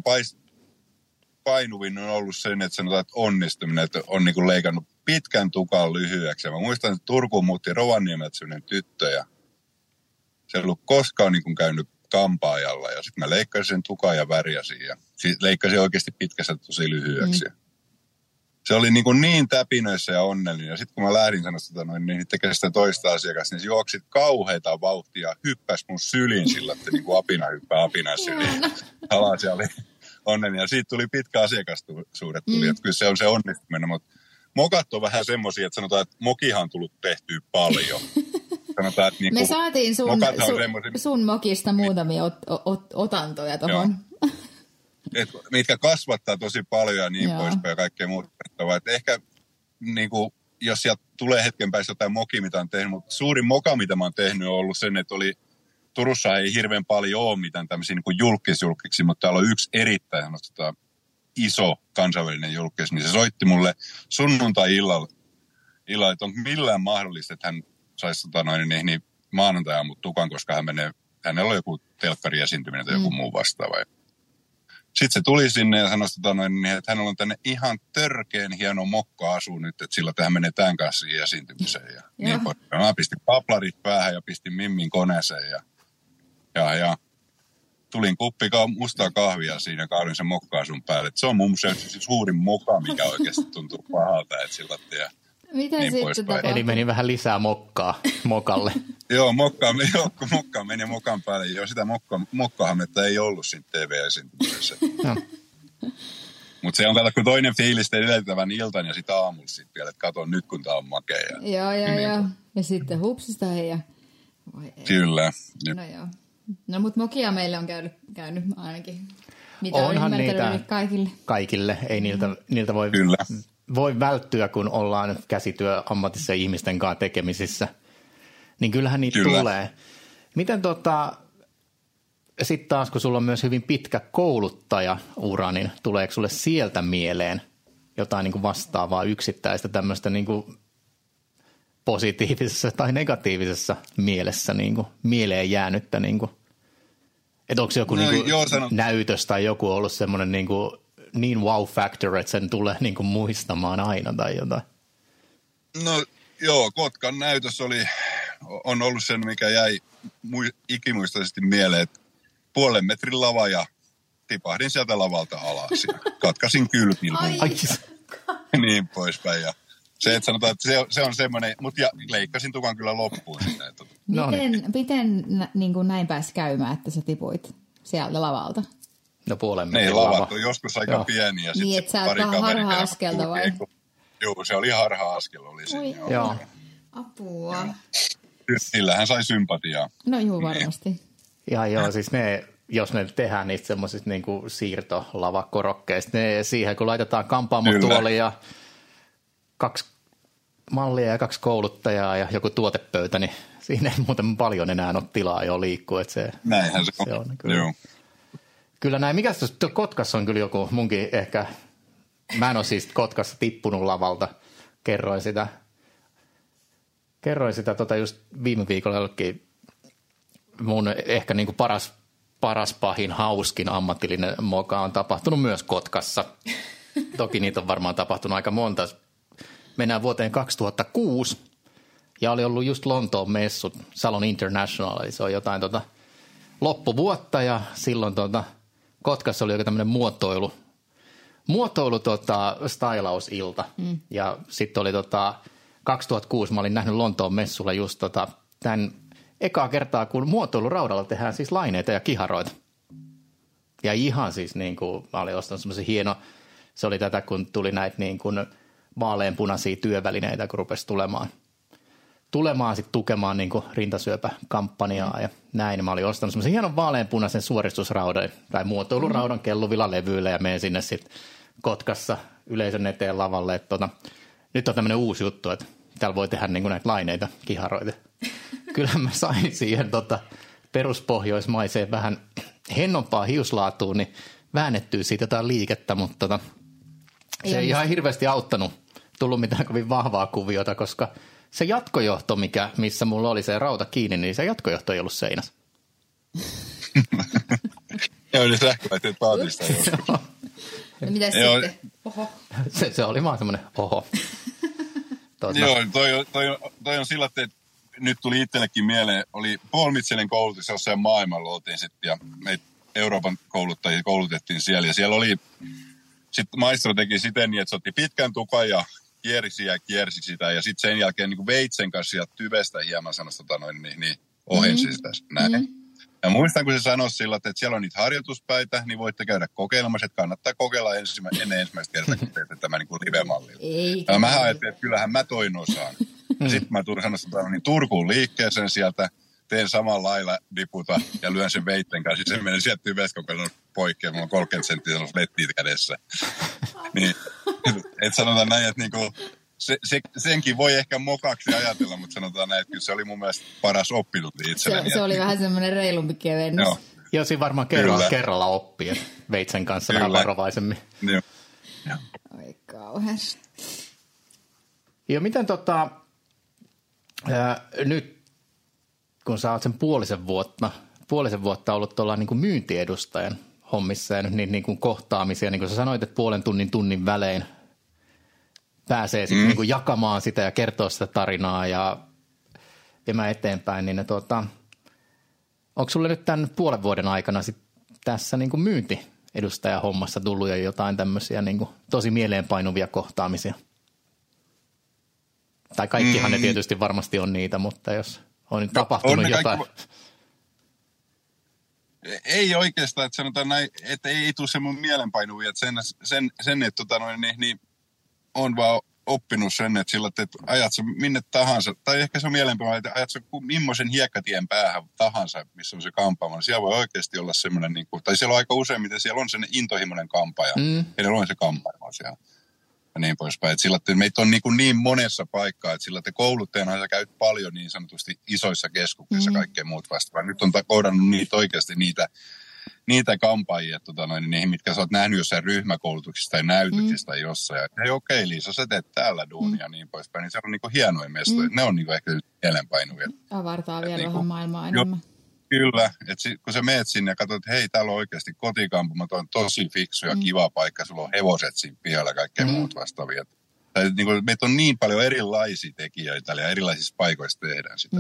painuvin on ollut sen, että sanotaan, että onnistuminen, että on niin kuin leikannut pitkän tukan lyhyeksi. Ja mä muistan, että Turkuun muutti Rovaniemeltä sellainen tyttö ja se ei ollut koskaan niin kuin käynyt kampaajalla. Ja sitten mä leikkasin sen tukan ja värjäsin ja leikkasin oikeasti pitkästä tosi lyhyeksi. Se oli niin täpinöissä ja onnellinen. Ja sitten kun mä lähdin sanoa, niin tekee sitä toista asiakasta, niin se juoksi kauheita vauhtia ja hyppäsi mun syliin sillä, että niin kuin apina hyppää apinan syliin. Alas ja oli onnellinen. Ja siitä tuli pitkä asiakassuudet tuli, että kyllä se on se onnistuminen. Mutta mokat on vähän semmoisia, että sanotaan, että mokihan on tullut tehtyä paljon. Sanotaan, että me saatiin sun mokista muutamia otantoja tuohon. Mitkä kasvattaa tosi paljon ja niin poispäin ja kaikkea muuta. Että ehkä niin kuin, jos sieltä tulee hetken päästä jotain mokia, mitä on tehnyt, mutta suurin moka, mitä mä oon tehnyt, on ollut sen, että Turussa ei hirveän paljon ole mitään tämmöisiä niin kuin julkiksi, mutta täällä on yksi erittäin iso kansainvälinen julkis, niin se soitti mulle sunnuntai-illalla, että on millään mahdollista, että hän saisi niin maanantai-aamut tukan, koska hänellä on joku telkkariesiintyminen tai joku muu vastaava. Sitten se tuli sinne ja sanoi, että hänellä on tänne ihan törkeen hieno mokka-asu nyt, että sillä tähän menee tämän kanssa esiintymiseen. Ja niin mä pistin paplarit päähän ja pistin Mimmin koneeseen ja tulin mustaa kahvia siinä ja kaaduin sen mokka-asun päälle. Et se on mun mielestä se suurin moka, mikä oikeasti tuntuu pahalta, että sillä ja mitä niin poispäin. Eli meni vähän lisää mokalle. Joo, kun mokka meni mokan päälle. Joo, sitä mokkahametta ei ollut siinä TV-esiintymisessä. Mutta se on kato, kun toinen fiilistä edeltävän iltan ja sitten aamulla sitten vielä, että kato nyt kun tää on makea. Joo. Ja sitten hupsista ja... Kyllä. No joo. No mutta mokia meille on käynyt ainakin. Mitä onhan on niitä kaikille? Kaikille. Ei niiltä voi välttyä, kun ollaan käsityöammatissa ihmisten kanssa tekemisissä. Niin kyllähän niitä tulee. Miten sitten taas, kun sulla on myös hyvin pitkä kouluttajaura, niin tuleeko sulle sieltä mieleen jotain niin kuin vastaavaa yksittäistä tämmöistä niin kuin positiivisessa tai negatiivisessa mielessä niin kuin mieleen jäänyttä? Niin kuin, että onko joku näytös tai joku ollut semmoinen niin wow factor, että sen tulee niin kuin muistamaan aina tai jotain? No joo, Kotkan näytös on ollut sen, mikä jäi ikimuistaisesti mieleen, että 0,5 metrin lava ja tipahdin sieltä lavalta alas ja katkasin kylpilun. Niin poispäin. Ja se, että sanotaan, että se on semmoinen, mutta leikkasin tukan kyllä loppuun sinne. Miten niin kuin näin pääsi käymään, että sä tipuit sieltä lavalta? No 0,5 metrin lava. Lavat on joskus aika pieni. Ja niin, että sä oot vähän harha-askelta vai? Joo, se oli harha-askel. Joo. Apua. Sillä hän sai sympatiaa. No juu, varmasti. Ja joo, siis jos ne tehdään niistä semmoisista niinku siirtolavakorokkeista, ne siihen kun laitetaan kampaamotuoli ja 2 mallia ja 2 kouluttajaa ja joku tuotepöytä, niin siinä ei muuten paljon enää ole tilaa jo liikkua. Näinhän se on. Kyllä. Joo. Kyllä näin. Mikä Kotkassa on kyllä joku munkin ehkä, mä en ole siis Kotkassa tippunut lavalta, kerroin sitä just viime viikolla jollekin mun ehkä niin kuin paras, pahin, hauskin ammatillinen moka on tapahtunut myös Kotkassa. Toki niitä on varmaan tapahtunut aika monta. Mennään vuoteen 2006 ja oli ollut just Lontoon messut, Salon International, eli se on jotain loppuvuotta ja silloin Kotkassa oli joku tämmöinen muotoilu stylausilta ja sitten oli 2006 mä olin nähnyt Lontoon messulla just tämän ekaa kertaa, kun muotoiluraudalla tehdään siis laineita ja kiharoita. Ja ihan siis niin kuin mä olin ostanut semmoisen hieno, se oli tätä kun tuli näitä niin kuin vaaleanpunaisia työvälineitä, kun rupesi tulemaan sitten tukemaan niin kuin rintasyöpäkampanjaa ja näin. Mä olin ostanut semmoisen hienon vaaleanpunaisen suoristusraudan tai muotoiluraudan kelluvilla levyillä ja menen sinne sitten Kotkassa yleisön eteen lavalle, että nyt on tämmöinen uusi juttu, että täällä voi tehdä niin kuin näitä laineita, kiharoita. Kyllähän mä sain siihen peruspohjoismaiseen vähän hennompaa hiuslaatuun, niin väännettyä siitä jotain liikettä, mutta se ei ihan hirveästi auttanut, tullut mitään kovin vahvaa kuviota, koska se jatkojohto, missä mulla oli se rauta kiinni, niin se jatkojohto ei ollut seinässä. Joo, niin sähkölaitteet taatista. No mitäs sitten? Oho. Se oli vaan semmoinen oho. Joo, toi on sillä, että nyt tuli itsellekin mieleen, oli Paul Mitchellin koulutus jossain maailmalla oltiin sitten ja meitä Euroopan kouluttajia koulutettiin siellä ja siellä oli, sitten maistro teki siten niin, että se otti pitkän tukan ja kiersi sitä ja sitten sen jälkeen niin kuin veitsen kanssa ja tyvestä hieman sanoisi niin ohensi sitä näin. Ja muistan, kun se sanoi sillä, että siellä on niitä harjoituspäitä, niin voitte käydä kokeilemassa, että kannattaa kokeilla ennen ensimmäistä kertaa, kun teette tämä niin kuin live-mallilla. Mä ajattelin, että kyllähän mä toin osaan. Sitten mä tulin sanoa, niin Turkuun liikkeeseen sieltä, teen samalla lailla diputa ja lyön sen veitten kanssa. Sitten se meni sieltä tyvestä kokeilun poikki, mulla on 30 senttiä lettiä kädessä. Niin, et sanotaan näin, että niinku, senkin voi ehkä mokaksi ajatella, mutta sanotaan näin, että kyllä se oli mun mielestä paras oppitunti itselleni. Se oli vähän semmoinen reilumpi kevennys. Joo, siinä varmaan kerralla oppii, että veitsen kanssa vähän varovaisemmin. Joo. Oi kauheasti. Ja miten nyt, kun sä oot sen puolisen vuotta ollut tuolla niin kuin myyntiedustajan hommissa ja nyt niin kuin kohtaamisia, niin kuin sä sanoit, että puolen tunnin välein pääsee sitten niin kuin jakamaan sitä ja kertoa sitä tarinaa ja viemään eteenpäin, niin onko sulle nyt tämän puolen vuoden aikana sit tässä niin kuin myyntiedustajan hommassa tullut jo jotain tämmöisiä niin kuin tosi mieleenpainuvia kohtaamisia? Tai kaikkihan ne tietysti varmasti on niitä, mutta jos on nyt tapahtunut jotain. Ei oikeastaan, että sanotaan näin, että ei tule semmoinen mielenpainuvia, että sen että niin on vaan oppinut sen, että sillä, että ajat sä minne tahansa, tai ehkä se on mielenpainuva, että ajat sä millaisen hiekkatien päähän tahansa, missä on se kampaamo, niin siellä voi oikeasti olla semmoinen, niin kuin, tai siellä on aika useimmiten, siellä on sen intohimoinen kampaaja, heillä on se kampaamo siellä. Ja niin poispäin. Sillä, että meitä on niin monessa paikkaa, että sillä, että kouluttajana sä käyt paljon niin sanotusti isoissa keskuksissa ja kaikkea muut vastaavaa. Nyt on kohdannut niitä oikeasti niitä kampaajia, mitkä sä oot nähnyt jossain ryhmäkoulutuksista tai näytöksistä tai jossain. Ja hei okei, Liisa, sä teet täällä duunia ja niin poispäin. Niin se on niin hienoja mestoja. Ne on ehkä mielenpainuvia. Avartaa vielä vähän maailmaa enemmän. Kyllä, että kun sä meet sinne ja katsot, että hei, täällä on oikeasti kotikampo, on tosi fiksu ja kiva paikka, sulla on hevoset siinä pihalla ja kaikkea muut vastaavia. Niin kuin, meitä on niin paljon erilaisia tekijöitä ja erilaisissa paikoissa tehdään sitä.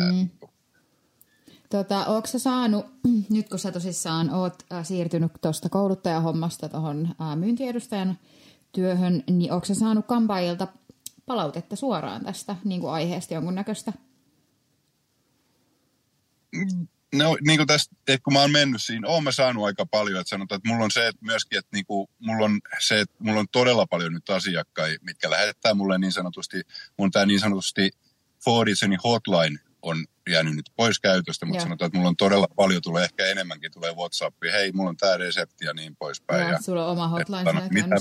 Ootko sä saanut, nyt kun sä tosissaan oot siirtynyt tuosta kouluttajahommasta tuohon myyntiedustajan työhön, niin ootko sä saanut kampaajilta palautetta suoraan tästä niin kuin aiheesta jonkunnäköistä? No niin kuin tästä, että kun mä oon mennyt siinä, oon mä saanut aika paljon, että sanotaan, että mulla on se että myöskin, että niinku, mulla on todella paljon nyt asiakkaita, mitkä lähettää mulle niin sanotusti, mun tää niin sanotusti Fordisoni hotline on jäänyt nyt pois käytöstä, mutta sanotaan, että mulla on todella paljon, tulee ehkä enemmänkin, tulee WhatsAppia, hei, mulla on tää resepti ja niin poispäin. Ja sulla on oma hotline.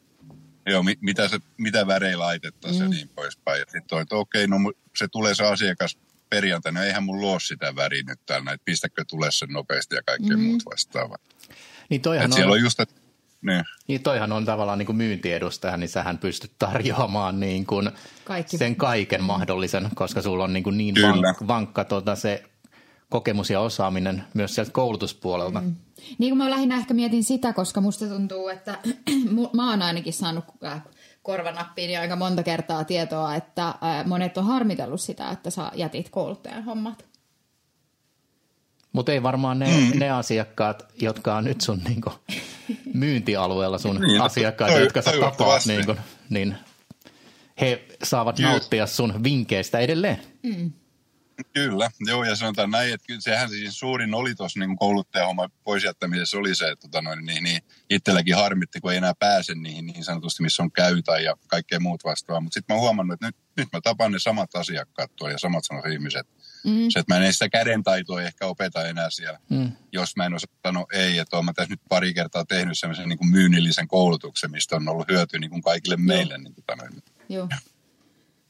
Mitä väreillä laitettaisiin ja niin poispäin. Ja sitten että okei, no se tulee se asiakas perjantaina, eihän mulla ole sitä väriä nyt täällä, että pistäkö tulee sen nopeasti ja kaikkea muut vastaavaa. Niin toihan siellä on just, että niin toihan on tavallaan niin kuin myyntiedustaja, niin sähän pystyt tarjoamaan niin kuin sen kaiken mahdollisen, koska sulla on niin vankka se kokemus ja osaaminen myös sieltä koulutuspuolelta. Niin kuin mä lähinnä ehkä mietin sitä, koska musta tuntuu, että mä oon ainakin saanut korvanappiin aika monta kertaa tietoa, että monet on harmitellut sitä, että sä jätit kouluttajan hommat. Mutta ei varmaan ne asiakkaat, jotka on nyt sun niinku myyntialueella, sun asiakkaat, jotka sä tapaat, niin he saavat nauttia sun vinkkeistä edelleen. Kyllä, joo, ja sanotaan näin, että sehän siis suurin oli tuossa niin kouluttajahomman pois jättämisessä oli se, että niin itselläkin harmitti, kun ei enää pääse niihin niin sanotusti, missä on käytä ja kaikkea muut vastaavaa. Mutta sitten mä oon huomannut, että nyt mä tapaan ne samat asiakkaat tuolla ja samat sanat ihmiset. Se, että mä en sitä kädentaitoa ehkä opeta enää siellä, jos mä en osaa sanoa ei, että oon mä tässä nyt pari kertaa tehnyt sellaisen niin kuin myynnillisen koulutuksen, mistä on ollut hyötyä niin kuin kaikille meille. Niin, Joo.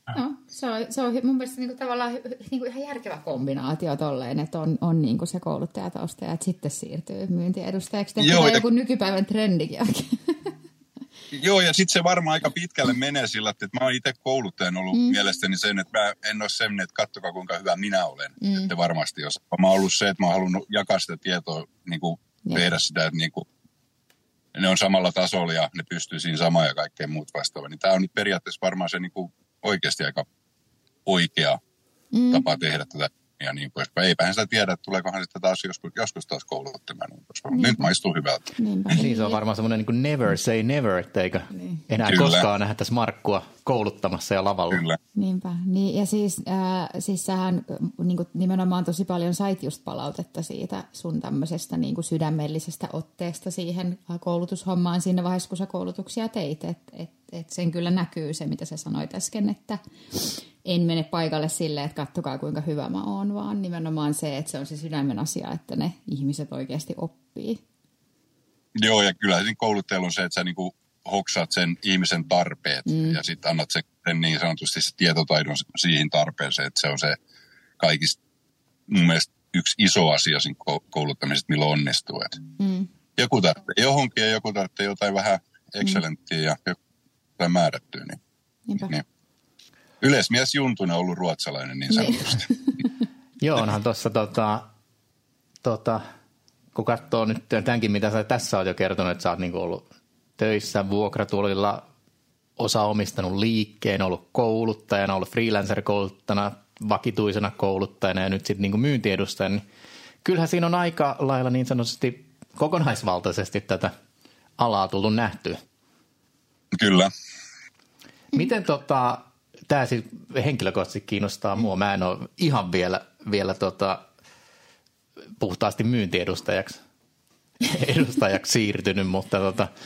No, se on mun mielestä niinku tavallaan niinku ihan järkevä kombinaatio tolleen, että on niinku se kouluttajatausta ja sitten siirtyy myyntiedustajaksi. Tämä joku nykypäivän trendikin oikein. Joo, ja sitten se varmaan aika pitkälle menee sillä, että mä oon itse kouluttajan ollut mielestäni sen, että mä en ole sellainen, että katsokaa kuinka hyvä minä olen. Että varmasti jos mä oon ollut se, että mä oon halunnut jakaa sitä tietoa, niin kuin tehdä sitä, että niin kuin ne on samalla tasolla ja ne pystyy siinä samaan ja kaikkeen muut vastaavaa. Niin tämä on nyt periaatteessa varmaan se niin kuin oikeasti aika oikea tapa tehdä tätä ja niin poispäin. Eipähän sitä tiedä, että tuleekohan sitten taas joskus taas kouluttamaan. Nyt maistuu hyvältä. Niin se on varmaan semmoinen niin kuin never say never, etteikö enää koskaan nähtäisi Markkua kouluttamassa ja lavalla. Kyllä. Niinpä. Niin, ja siis sähän niin kuin nimenomaan tosi paljon sait just palautetta siitä sun tämmöisestä niin kuin sydämellisestä otteesta siihen koulutushommaan siinä vaiheessa, kun sä koulutuksia teit. Et sen kyllä näkyy se, mitä sä sanoit äsken, että en mene paikalle silleen, että katsokaa kuinka hyvä mä oon, vaan nimenomaan se, että se on se sydämen asia, että ne ihmiset oikeasti oppii. Joo, ja kyllä siinä kouluttajalla on se, että sä niinku hoksaat sen ihmisen tarpeet ja sitten annat sen niin sanotusti se tietotaidon siihen tarpeeseen, että se on se kaikista mun mielestä yksi iso asia siinä kouluttamisesta, millä onnistuu. Joku tarvitsee johonkin ja joku tarvitsee jotain vähän excellenttiä ja jotain määrättyä. Niin. Yleismies Juntunen on ollut ruotsalainen niin sanotusti. Joo, onhan tuossa kun katsoo nyt tämänkin, mitä sä tässä oot jo kertonut, että sä oot niinku ollut töissä vuokratulilla, osa omistanut liikkeen, ollut kouluttajana, ollut freelancer-kouluttajana, vakituisena kouluttajana ja nyt sitten niinku myyntiedustajana, niin kyllähän siinä on aika lailla niin sanotusti kokonaisvaltaisesti tätä alaa tullut nähtyä. Kyllä. Miten tämä siis henkilökohtaisesti kiinnostaa mua. Mä en ole ihan vielä puhtaasti myyntiedustajaksi siirtynyt, mutta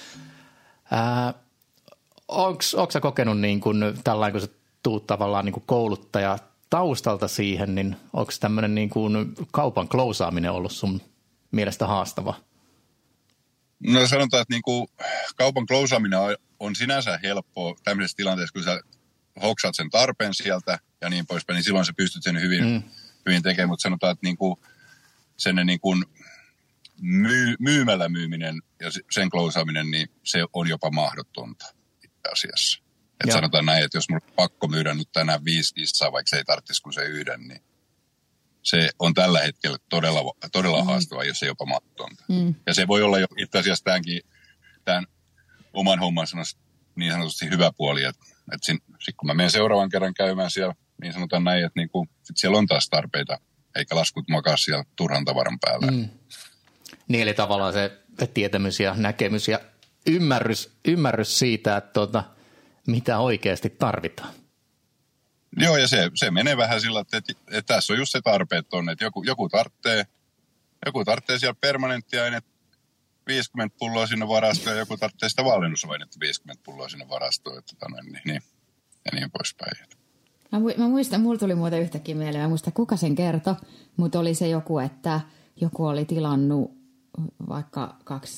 onko sä kokenut niin kuin tällainen, kun sä tuut tavallaan niin kuin kouluttaja taustalta siihen, niin onko tämmöinen niin kuin kaupan klousaaminen ollut sun mielestä haastava? No sanotaan, että niin kuin kaupan klousaaminen on sinänsä helppoa tämmöisessä tilanteessa, kun sä hoksaat sen tarpeen sieltä ja niin poispäin, niin silloin sä pystyt sen hyvin tekemään, mutta sanotaan, että niin kuin sen niin kuin myymällä myyminen ja sen klousaaminen, niin se on jopa mahdotonta itse asiassa. Että sanotaan näin, että jos mulla on pakko myydä nyt tänään 5 kissaa, vaikka se ei tarvitsisi kuin se yhden, niin se on tällä hetkellä todella haastavaa, jos se jopa mahdotonta. Ja se voi olla jo itse asiassa tämän oman homman niin sanotusti hyvä puoli, että sit kun mä menen seuraavan kerran käymään siellä, niin sanotaan näin, että niinku, sit siellä on taas tarpeita, eikä laskut makaa siellä turhan tavaran päällä. Niin, eli tavallaan se tietämys ja näkemys ja ymmärrys siitä, että mitä oikeasti tarvitaan. Joo, ja se menee vähän sillä, että tässä on just se tarpeet on, että joku tarvitsee siellä permanenttiaineet 50 pulloa sinne varastoon ja joku tarvitsee sitä valmennusainetta 50 pulloa sinne varastoon, niin, ja niin poispäin. Mä muistan, mulla tuli muuten yhtäkkiä mieleen, mä muistan kuka sen kertoi, mutta oli se joku, että joku oli tilannut vaikka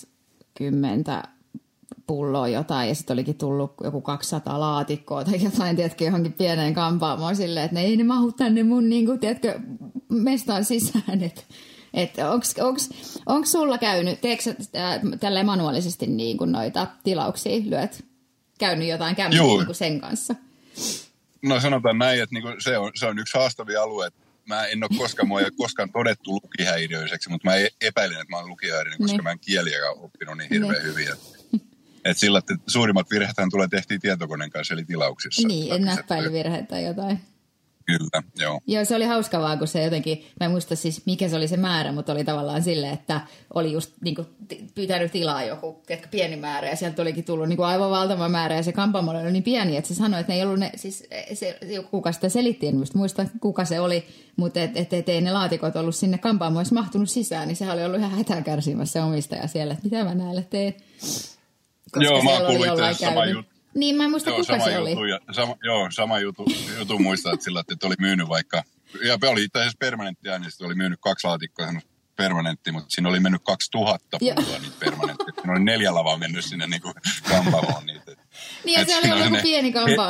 20 pulloa jotain ja sitten olikin tullut joku 200 laatikkoa tai jotain, tiedätkö, johonkin pieneen kampaamoon silleen, että ne mahdu tänne mun niin kuin, tiedätkö, mestaan sisään, että onko sulla käynyt, teetkö tälleen manuaalisesti niin kuin noita tilauksia, käynyt jotain niin kuin sen kanssa? No sanotaan näin, että niin kuin se on yksi haastavia alue, että mä en ole mua ei ole koskaan todettu lukihäiriöiseksi, mutta mä epäilen, että mä oon lukihäiriöinen, koska mä en kieliä oppinut niin hirveän hyvin. Että sillä, että suurimmat virheethän tehtiin tietokoneen kanssa, eli tilauksissa. Niin, en näppäilyvirheet tai jotain. Kyllä, joo. Joo, se oli hauska vaan, kun se jotenkin, mä en muista siis mikä se oli se määrä, mutta oli tavallaan silleen, että oli just niin kuin pyytänyt tilaa joku pieni määrä ja sieltä olikin tullut niin kuin aivan valtava määrä ja se kampaamo oli niin pieni, että se sanoi, että ne ei ollut kuka sitä selitti, en muista kuka se oli, mutta ei ne laatikot ollut sinne kampaamoissa mahtunut sisään, niin sehän oli ollut ihan hätää kärsimässä se omistaja siellä, että mitä mä näille teen. Koska joo, mä oon kuullut itse asiassa sama juttu. Niin, mä en muista kuka se oli. Sama juttu muistaa, että sillä, että oli myynyt vaikka, ja oli itse asiassa permanenttia, niin sitten oli myynyt 2 laatikkoa permanentti, mutta siinä oli mennyt 2000 pulloa niitä permanenttia. Siinä oli 4 lavaa mennyt sinne niin kuin kampaamoon niitä. Niin, ja se oli ollut joku pieni kampaamo.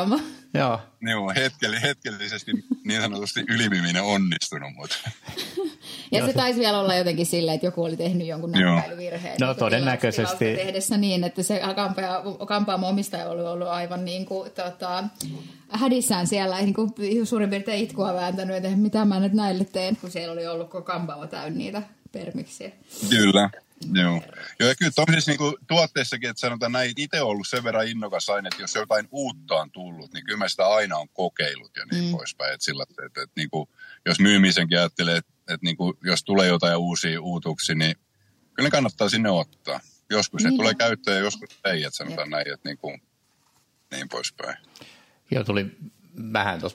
Joo. Joo, hetkellisesti niin sanotusti ylimiminen onnistunut, mutta... Ja se taisi vielä olla jotenkin silleen, että joku oli tehnyt jonkun näppäilyvirheen. No todennäköisesti. Tehdessä niin, että se kampaamo omistaja oli ollut aivan niin kuin, hädissään siellä, niin kuin suurin piirtein itkua vääntänyt, että mitä mä nyt näille teen, kun siellä oli ollut koko kampaamo täynnä niitä permiksiä. Kyllä. Joo, ja kyllä toisessa niin tuotteessakin, että sanotaan näin, itse ollut sen verran innokas aina, että jos jotain uutta on tullut, niin kyllä mä sitä aina on kokeillut ja niin poispäin. Että sillä, että niin kuin, jos myymisenkin ajattelee, että niin kuin, jos tulee jotain uusia uutuksia, niin kyllä ne kannattaa sinne ottaa. Joskus ne tulee käyttöön ja joskus ei, että sanotaan näin, että niin poispäin. Joo, tuli vähän tuossa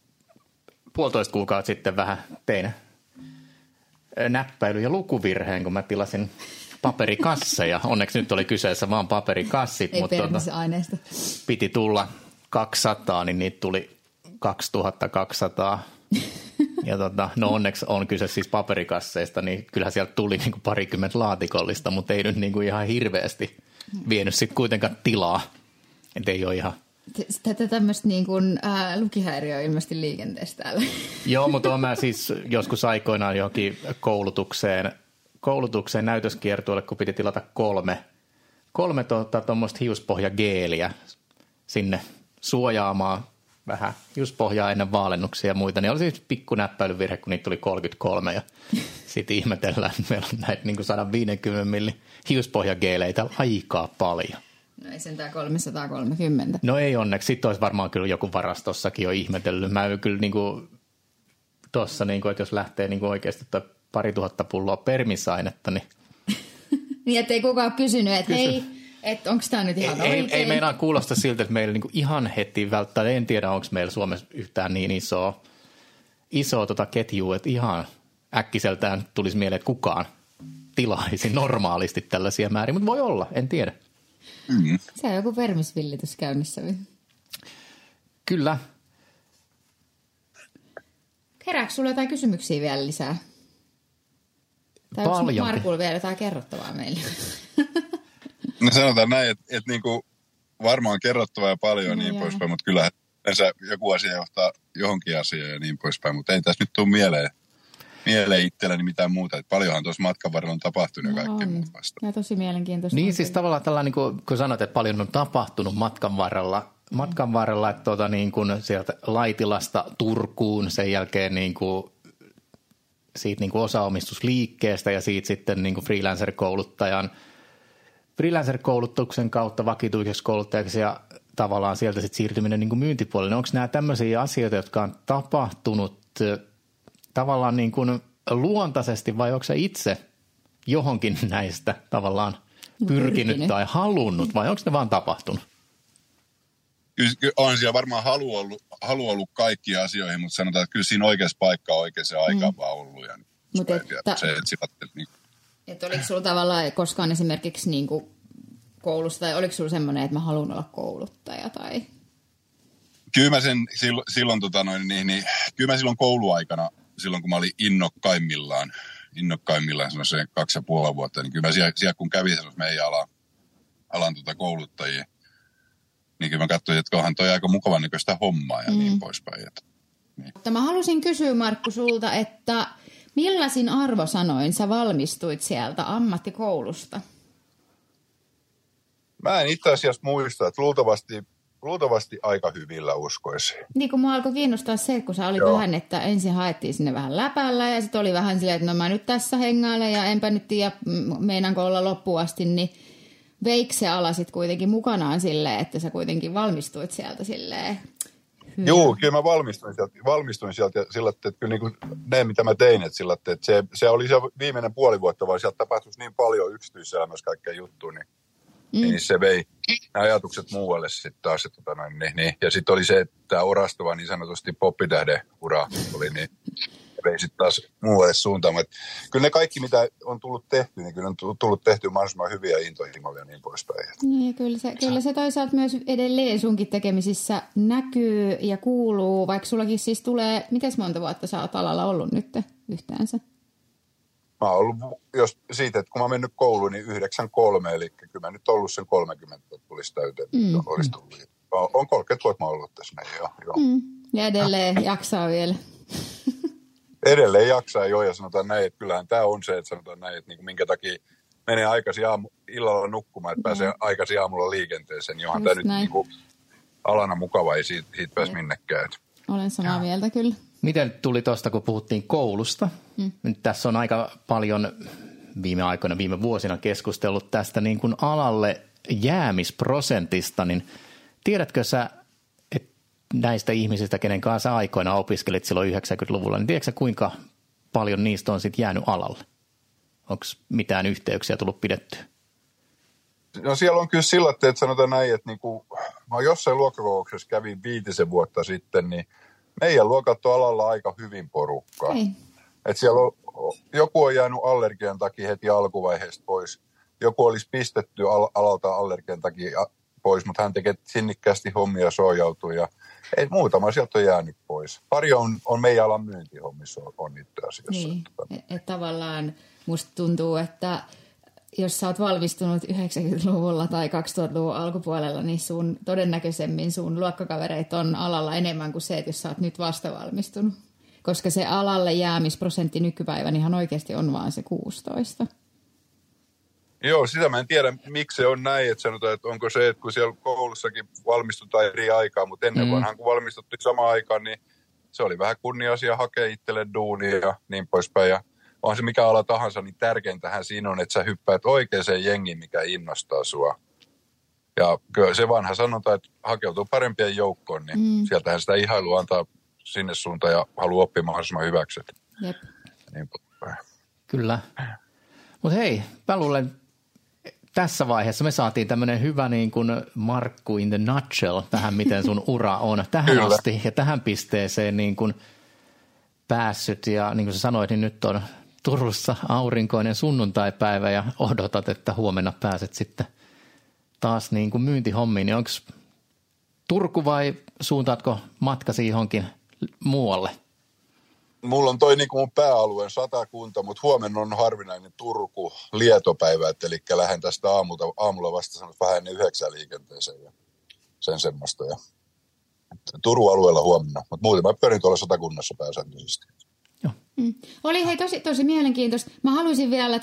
1,5 kuukautta sitten vähän tein näppäily- ja lukuvirheen, kun mä tilasin paperikasseja. Onneksi nyt oli kyseessä vaan paperikassit, ei mutta aineesta. Piti tulla 200, niin niitä tuli 2200. Ja no onneksi on kyse siis paperikasseista, niin kyllähän sieltä tuli niin kuin 20 laatikollista, mutta ei nyt niin kuin ihan hirveästi vienyt sitten kuitenkaan tilaa. Että ei ole ihan... Tätä tämmöistä niin kuin lukihäiriöä ilmeisesti liikenteessä täällä. Joo, mutta olen mä siis joskus aikoinaan johonkin koulutukseen näytöskiertueelle, kun piti tilata kolme tuommoista hiuspohjageeliä sinne suojaamaan vähän hiuspohjaa ennen vaalennuksia ja muita. Niin oli siis pikku näppäilyvirhe, kun niitä tuli 33 ja sitten ihmetellään, että meillä on näitä niin kuin 150 millin hiuspohjageeleitä aikaa paljon. No ei sentään 330. No ei onneksi. Sitten olisi varmaan kyllä joku varastossakin jo ihmetellyt. Mä kyllä niin kuin tuossa, niin kuin, että jos lähtee niin kuin oikeasti 2000 pulloa permisainetta, niin... Niin, ettei kukaan ole kysynyt, että hei, että onko tämä nyt ihan oikein? Ei meinaa kuulosta siltä, että meillä niin kuin ihan heti välttämättä, en tiedä onko meillä Suomessa yhtään niin isoa ketjua, että ihan äkkiseltään tulisi mieleen, että kukaan tilaisi normaalisti tällaisia määriä, mutta voi olla, en tiedä. Mm-hmm. Se on joku vermisvillitys käynnissä. Kyllä. Herääkö sulla jotain kysymyksiä vielä lisää? Tai onko Markulla vielä jotain kerrottavaa meille? No sanotaan näin, että niinku varmaan kerrottavaa paljon ja niin poispäin, mutta kyllähän joku asia johtaa johonkin asiaan ja niin poispäin, mutta ei tässä nyt tule mieleen itselläni mitään muuta. Että paljonhan tuossa matkan varrella on tapahtunut ja kaikkea muuta vasta. Ja tosi mielenkiintoista. Niin siis tavallaan tällainen, niin kun sanoit, että paljon on tapahtunut matkan varrella että niin kuin sieltä Laitilasta Turkuun, sen jälkeen niin kuin siitä niin kuin osaomistusliikkeestä ja siitä sitten niin kuin freelancer-koulutuksen kautta vakituiseksi kouluttajaksi ja tavallaan sieltä sitten siirtyminen niin kuin myyntipuolelle. Onko nämä tämmöisiä asioita, jotka on tapahtunut tavallaan niin kuin luontaisesti vai onko se itse johonkin näistä tavallaan pyrkinyt tai halunnut vai onko ne vaan tapahtunut? Kyllä on siellä varmaan halu ollut kaikkiin asioihin, mutta sanotaan, että kyllä siinä oikeassa paikkaa oikeaan aikaan vaan ollut. Ja mutta oliko sulla tavallaan koskaan esimerkiksi niin kuin koulussa tai oliko sulla semmoinen, että mä haluan olla kouluttaja tai... Kyllä mä sen silloin, kyllä mä silloin kouluaikana, silloin kun mä olin innokkaimmillaan semmoisen 2,5 vuotta, niin kyllä mä siellä kun kävin semmoisen meidän alan kouluttajia, niin kyllä mä katsoin, että onhan toi aika mukavan näköistä hommaa ja niin poispäin. Niin. Mä halusin kysyä, Markku, sulta, että millaisin arvosanoin sä valmistuit sieltä ammattikoulusta? Mä en itse asiassa muista, että luultavasti aika hyvillä uskoisin. Niin kun mua alkoi kiinnostaa se, kun sä olit vähän, että ensin haettiin sinne vähän läpällä ja sitten oli vähän silleen, että no mä nyt tässä hengailen ja enpä nyt tiedä, meinaanko olla loppuun asti, niin veikö se ala sitten kuitenkin mukanaan silleen, että sä kuitenkin valmistuit sieltä silleen? Joo, kyllä mä valmistuin sieltä sillä, että kyllä niin kuin ne, mitä mä tein, että sillä, että se oli se viimeinen puoli vuotta, vaan sieltä tapahtui niin paljon yksityiselämässä kaikkea juttua, niin se vei ajatukset muualle sitten taas. Niin. Ja sitten oli se, että orastava niin sanotusti poppitähden ura oli, niin vei sitten taas muualle suuntaan. Mutta kyllä ne kaikki, mitä on tullut tehty, niin kyllä on tullut tehty mahdollisimman hyviä intohimoja ja niin poispäin. Niin, kyllä se toisaalta myös edelleen sunkin tekemisissä näkyy ja kuuluu, vaikka sullakin siis tulee, miten monta vuotta sä oot alalla ollut nyt yhteensä? Mä oon ollut siitä, että kun mä oon mennyt kouluun, niin 93, eli kyllä mä nyt ollut sen 30, että tulisi täyteen, olisi tullut. On 30 vuotta mä ollut tässä näin, joo. Ja edelleen jaksaa vielä. Edelleen jaksaa jo, ja sanotaan näin, että kyllähän tämä on se, että sanotaan näin, että niin minkä takia menee aikaisin illalla nukkumaan, että pääsee aikaisin aamulla liikenteeseen, niin onhan tämä nyt niin kuin alana mukava, ei siitä pääse minnekään. Olen samaa mieltä kyllä. Miten tuli tuosta, kun puhuttiin koulusta? Nyt tässä on aika paljon viime vuosina keskustellut tästä niin kuin alalle jäämisprosentista, niin tiedätkö sä, että näistä ihmisistä, kenen kanssa aikoina opiskelit silloin 90-luvulla, niin tiedätkö sä, kuinka paljon niistä on sitten jäänyt alalle? Onko mitään yhteyksiä tullut pidettyä? No siellä on kyllä sillä, että sanotaan näin, että niinku, mä jossain luokkakokouksessa kävin 5 vuotta sitten, niin meidän luokat on alalla aika hyvin porukkaa. Että siellä on, joku on jäänyt allergian takia heti alkuvaiheesta pois. Joku olisi pistetty alalta allergian takia pois, mutta hän tekee sinnikkäästi hommia, suojautuu ja muutama sieltä on jäänyt pois. Pari on meidän alan myyntihommissa on itse asiassa. Niin, että tavallaan musta tuntuu, että jos sä oot valmistunut 90-luvulla tai 2000-luvun alkupuolella, niin todennäköisemmin sun luokkakavereit on alalla enemmän kuin se, että jos sä oot nyt vasta valmistunut. Koska se alalle jäämisprosentti nykypäivän ihan oikeasti on vaan se 16. Joo, sitä mä en tiedä, miksi se on näin, että sanotaan, että onko se, että kun siellä koulussakin valmistutaan eri aikaa, mutta ennen vanhaan kun valmistuttiin samaan aikaan, niin se oli vähän kunnia-asia hakea itselle duunia ja niin poispäin. Ja on se mikä ala tahansa, niin tärkeintähän siinä on, että sä hyppäät oikeaan jengiin, mikä innostaa sua. Ja kyllä se vanha sanotaan, että hakeutuu parempien joukkoon, niin sieltähän sitä ihailua antaa sinne suuntaan ja haluaa oppia mahdollisimman hyväksi. Jep. Niin. Kyllä. Mutta hei, mä luulen, tässä vaiheessa me saatiin tämmöinen hyvä niin kuin Markku in the nutshell tähän, miten sun ura on tähän asti ja tähän pisteeseen niin kuin päässyt. Ja niin kuin sä sanoit, niin nyt on Turussa aurinkoinen sunnuntaipäivä ja odotat, että huomenna pääset sitten taas niin kuin myyntihommiin. Niin onko Turku vai suuntaatko matkasi johonkin muualle? Mulla on toi niin kuin mun pääalueen Satakunta, mutta huomenna on harvinainen Turku-Lietopäivä, eli lähden tästä aamulla vasta sanotaan vähän ennen 9 liikenteeseen ja sen semmoista. Ja Turun alueella huomenna, mutta muuten mä pyörin tuolla Satakunnassa pääsääntöisesti. Joo. Oli hei tosi mielenkiintoista. Mä haluaisin vielä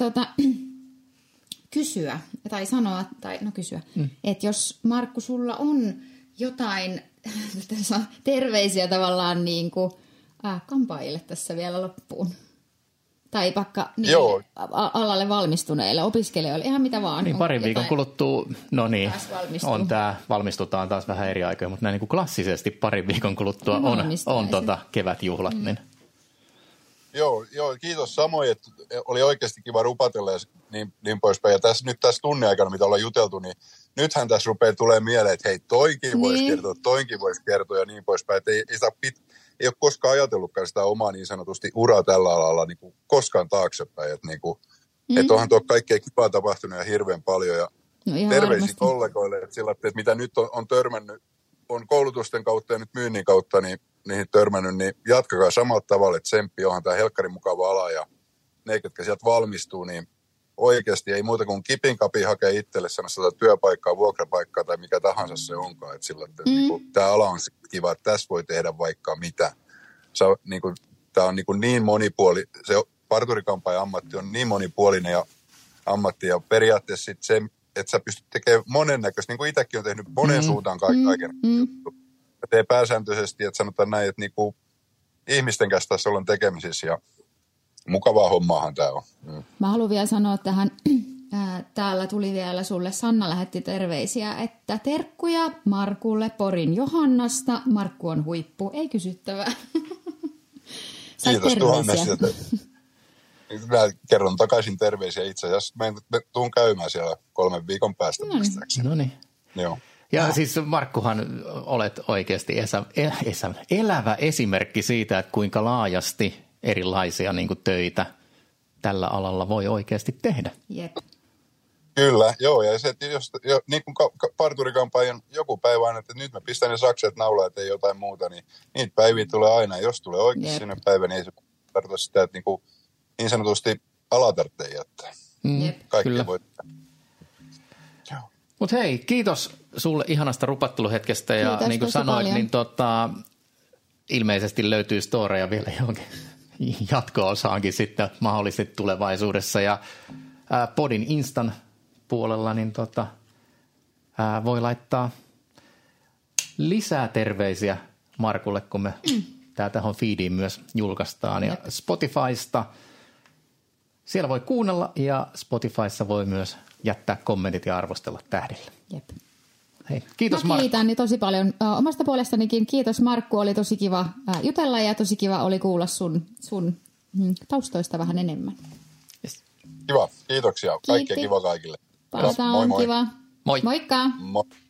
kysyä, tai sanoa, että jos Markku sulla on jotain terveisiä tavallaan niin kuin kampaajille tässä vielä loppuun. Tai vaikka alalle valmistuneille, opiskelijoille, ihan mitä vaan. Niin parin viikon kuluttua, no niin, valmistutaan taas vähän eri aikoja, mutta näin niin kuin klassisesti parin viikon kuluttua on kevätjuhlat. Niin. Joo, kiitos samoin, että oli oikeasti kiva rupatella ja niin poispäin. Ja nyt tässä tunnin aikana, mitä ollaan juteltu, niin nythän tässä rupeaa tulemaan mieleen, että hei, toinkin voisi kertoa ja niin poispäin. Että ei ole koskaan ajatellutkaan sitä omaa niin sanotusti uraa tällä alalla niin kuin koskaan taaksepäin. Että että onhan tuo kaikkea kivaa tapahtunut ja hirveän paljon. Ja terveisiä kollegoille, että mitä nyt on törmännyt, on koulutusten kautta ja nyt myynnin kautta niin niihin törmännyt, niin jatkakaa samalla tavalla, että tsemppi onhan tämä helkkarin mukava ala ja ne, jotka sieltä valmistuu, niin oikeasti ei muuta kuin kipin kapi hakea itselle sellaista työpaikkaa, vuokrapaikkaa tai mikä tahansa se onkaan. Että tämä ala on kiva, että tässä voi tehdä vaikka mitä. Tämä on niin monipuolinen, se parturikampaajan ammatti on niin monipuolinen ja ammatti ja periaatteessa sit se, että sä pystyt tekemään monennäköistä, niin kuin itsekin on tehnyt monen suuntaan kaiken juttu. Tee pääsääntöisesti, että sanotaan näin, että niinku ihmisten kanssa tässä ollaan tekemisissä ja mukavaa hommaahan tämä on. Mä haluan vielä sanoa tähän, täällä tuli vielä sulle, Sanna lähetti terveisiä, että terkkuja Markulle Porin Johannasta, Markku on huippu, ei kysyttävää. Kiitos Johannesta. Mä kerron takaisin terveisiä itse asiassa. Mä tuun käymään siellä 3 viikon päästä. No niin. Joo. Ja siis Markkuhan olet oikeasti elävä esimerkki siitä, että kuinka laajasti erilaisia niin kuin töitä tällä alalla voi oikeasti tehdä. Jep. Kyllä, joo. Ja se, että niin kuin parturikampaajan joku päivä aina, että nyt mä pistän ne sakset naulaan, että ei jotain muuta, niin niitä päiviä tulee aina. Jos tulee oikeasti sinne päivä, niin ei se tarkoita sitä, että niin sanotusti ala tarvitsee jättää. Jep. Kaikki voi. Mutta hei, kiitos sulle ihanasta rupatteluhetkestä ja Kiitos niin kuin tosi sanoit, paljon. niin ilmeisesti löytyy storeja vielä johonkin jatko-osaankin sitten mahdollisesti tulevaisuudessa. Ja Podin Instan puolella niin voi laittaa lisää terveisiä Markulle, kun me täältä feediin myös julkaistaan. Ja Spotifysta siellä voi kuunnella ja Spotifyssa voi myös jättää kommentit ja arvostella tähdillä. Jep. Hei, kiitos Mä Markku. kiitän tosi paljon. Omasta puolestanikin kiitos Markku, oli tosi kiva jutella ja tosi kiva oli kuulla sun taustoista vähän enemmän. Yes. Kiva, kiitoksia. Kaikkea Kiitti. kiva kaikille. Palataan, Moi moi. kiva. Moi. Moikka! Moi.